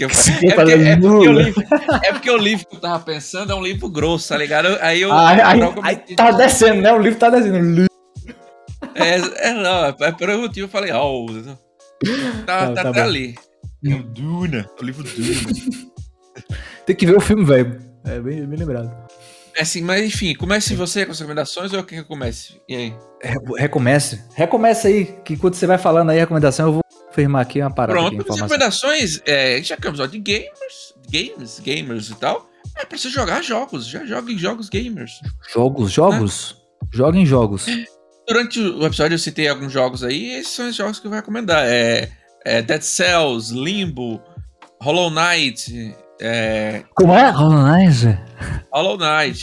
o livro que eu tava pensando é um livro grosso, tá ligado? Aí tá descendo, né? O livro tá descendo. Não, é por algum motivo eu falei, tá até ali. É o Duna, o livro Duna. Tem que ver o filme, velho. É bem lembrado. Assim, mas enfim, comece você com as recomendações ou quer que eu comece? E aí? Recomece aí, que enquanto você vai falando aí a recomendação, eu vou afirmar aqui uma parada. Pronto, as recomendações, já que é um episódio de gamers e tal, é pra você jogar jogos, já joga em jogos gamers. Jogos? Joga em jogos. Durante o episódio eu citei alguns jogos aí, esses são os jogos que eu vou recomendar. Dead Cells, Limbo, Hollow Knight. Como é? Hollow Knight.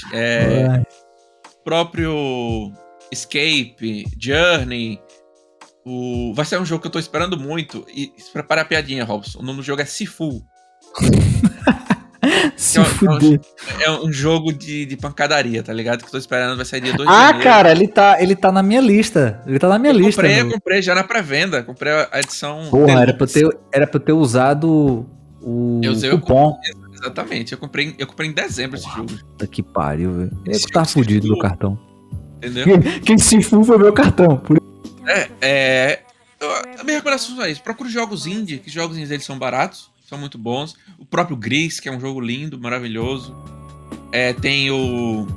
Próprio Escape, Journey. Vai ser um jogo que eu tô esperando muito. E se prepara a piadinha, Robson. O nome do jogo é Sifu. É um jogo de pancadaria, tá ligado? Que eu tô esperando, vai sair dia 2 de janeiro. Cara, ele tá na minha lista. Eu comprei já na pré-venda. Comprei a edição. Porra, era pra eu ter usado o cupom. Exatamente, eu comprei em dezembro esse jogo. Puta que pariu, velho. Eu tava fudido do cartão. Entendeu? Quem se fu foi meu cartão. A minha recomendação é isso. Procure jogos indie, que os jogos indie eles são baratos, são muito bons. O próprio Gris, que é um jogo lindo, maravilhoso. Tem o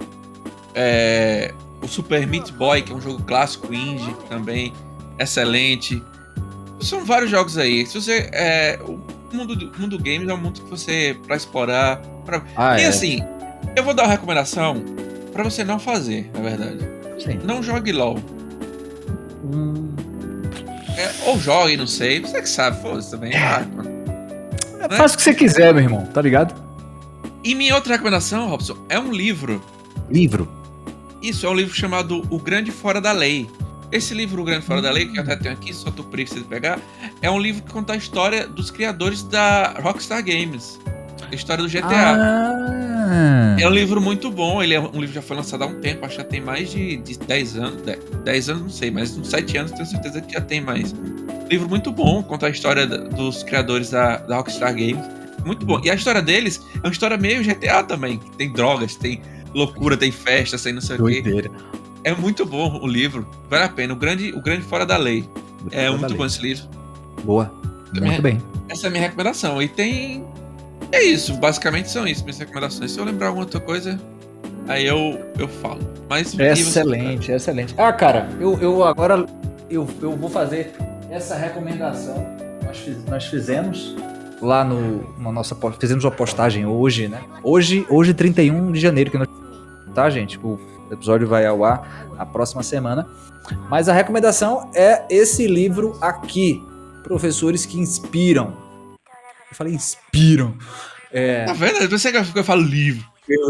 Super Meat Boy, que é um jogo clássico indie também, excelente. São vários jogos aí. Se você o mundo games é um mundo que você pra explorar. Assim, eu vou dar uma recomendação pra você não fazer, na verdade. Sim. Não jogue LOL. Ou jogue, não sei. Você que sabe, foda-se também. Faz o que você quiser, meu irmão, tá ligado? E minha outra recomendação, Robson, é um livro. Livro? Isso, é um livro chamado O Grande Fora da Lei. Esse livro, O Grande Fora da Lei, que eu até tenho aqui, só tô preguiça de pegar, é um livro que conta a história dos criadores da Rockstar Games. A história do GTA. É um livro muito bom, ele é um livro que já foi lançado há um tempo, acho que já tem mais de 10 anos. 10 anos não sei, mas uns 7 anos tenho certeza que já tem mais. Livro muito bom, conta a história dos criadores da Rockstar Games. Muito bom. E a história deles é uma história meio GTA também. Tem drogas, tem loucura, tem festa, tem não sei o quê. É muito bom o livro, vale a pena. O grande Fora da Lei. É muito bom esse livro. Boa. Muito bem. Essa é a minha recomendação. E tem... É isso, basicamente são isso, minhas recomendações. Se eu lembrar alguma outra coisa, aí eu falo. Mas excelente. Cara, eu agora eu vou fazer essa recomendação. Nós fizemos lá na nossa... Fizemos uma postagem hoje, né? Hoje 31 de janeiro, que nós... Tá, gente? O episódio vai ao ar a próxima semana. Mas a recomendação é esse livro aqui. Professores que Inspiram. Eu falei inspiram. Tá vendo? Você que eu falo livro.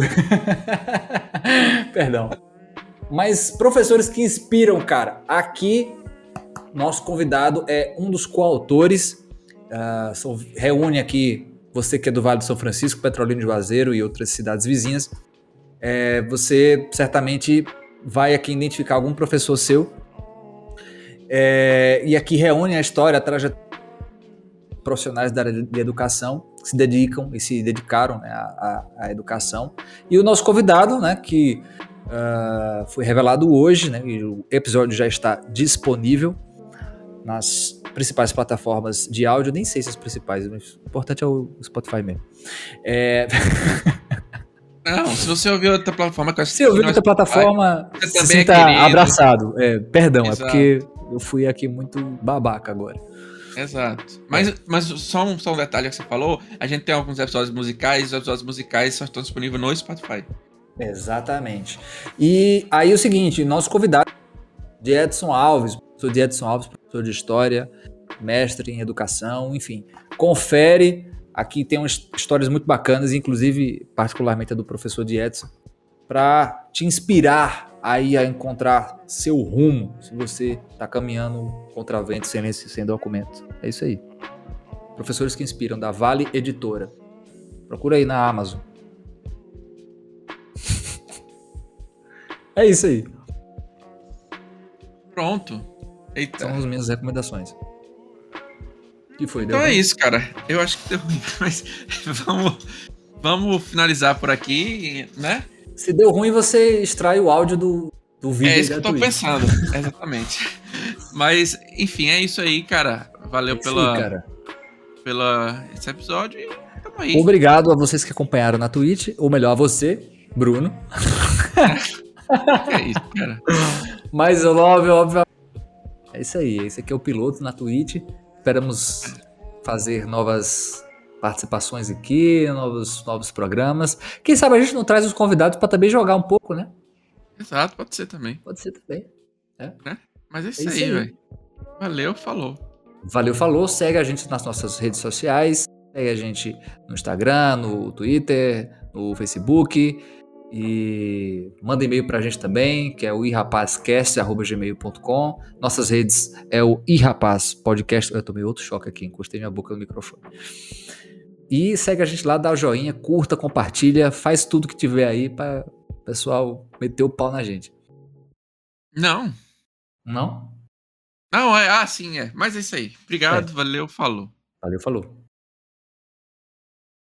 Perdão. Mas Professores que Inspiram, cara. Aqui, nosso convidado é um dos coautores. Reúne aqui você que é do Vale do São Francisco, Petrolina de Juazeiro e outras cidades vizinhas. Você certamente vai aqui identificar algum professor seu. E aqui reúne a história, a trajetória de profissionais da área de educação que se dedicam e se dedicaram, né, à educação. E o nosso convidado, né, que foi revelado hoje, né, e o episódio já está disponível nas principais plataformas de áudio. Nem sei se as principais, mas o importante é o Spotify mesmo. Não, se você ouviu outra plataforma... Se ouviu outra plataforma, se sinta abraçado. Perdão, exato. É porque eu fui aqui muito babaca agora. Exato. Mas só um detalhe que você falou, a gente tem alguns episódios musicais, os episódios musicais só estão disponíveis no Spotify. Exatamente. E aí o seguinte, nosso convidado de Edson Alves, professor de História, mestre em Educação, enfim, confere. Aqui tem umas histórias muito bacanas, inclusive, particularmente a do professor de Edson, para te inspirar aí a encontrar seu rumo, se você está caminhando contra vento sem documento. É isso aí. Professores que Inspiram, da Vale Editora. Procura aí na Amazon. É isso aí. Pronto. Eita. São as minhas recomendações. que foi? Então é isso, cara. Eu acho que deu ruim, mas vamos finalizar por aqui, né? Se deu ruim, você extrai o áudio do vídeo. É isso que eu tô pensando, exatamente. Mas, enfim, é isso aí, cara. Valeu pela esse episódio e tamo aí. Obrigado a vocês que acompanharam na Twitch, ou melhor, a você, Bruno. É isso, cara. Mas óbvio. É isso aí, esse aqui é o piloto na Twitch. Esperamos fazer novas participações aqui, novos programas. Quem sabe a gente não traz os convidados para também jogar um pouco, né? Exato, pode ser também. Pode ser também. É? Mas é isso aí, velho. Valeu, falou. Valeu, falou. Segue a gente nas nossas redes sociais. Segue a gente no Instagram, no Twitter, no Facebook. E manda e-mail pra gente também, que é o irapazcast@gmail.com. Nossas redes é o irapaz podcast. Eu tomei outro choque aqui, encostei minha boca no microfone. E segue a gente lá, dá o joinha, curta, compartilha, faz tudo que tiver aí pra o pessoal meter o pau na gente. Não? Não? Não, sim, é. Mas é isso aí. Obrigado, valeu, falou. Valeu, falou.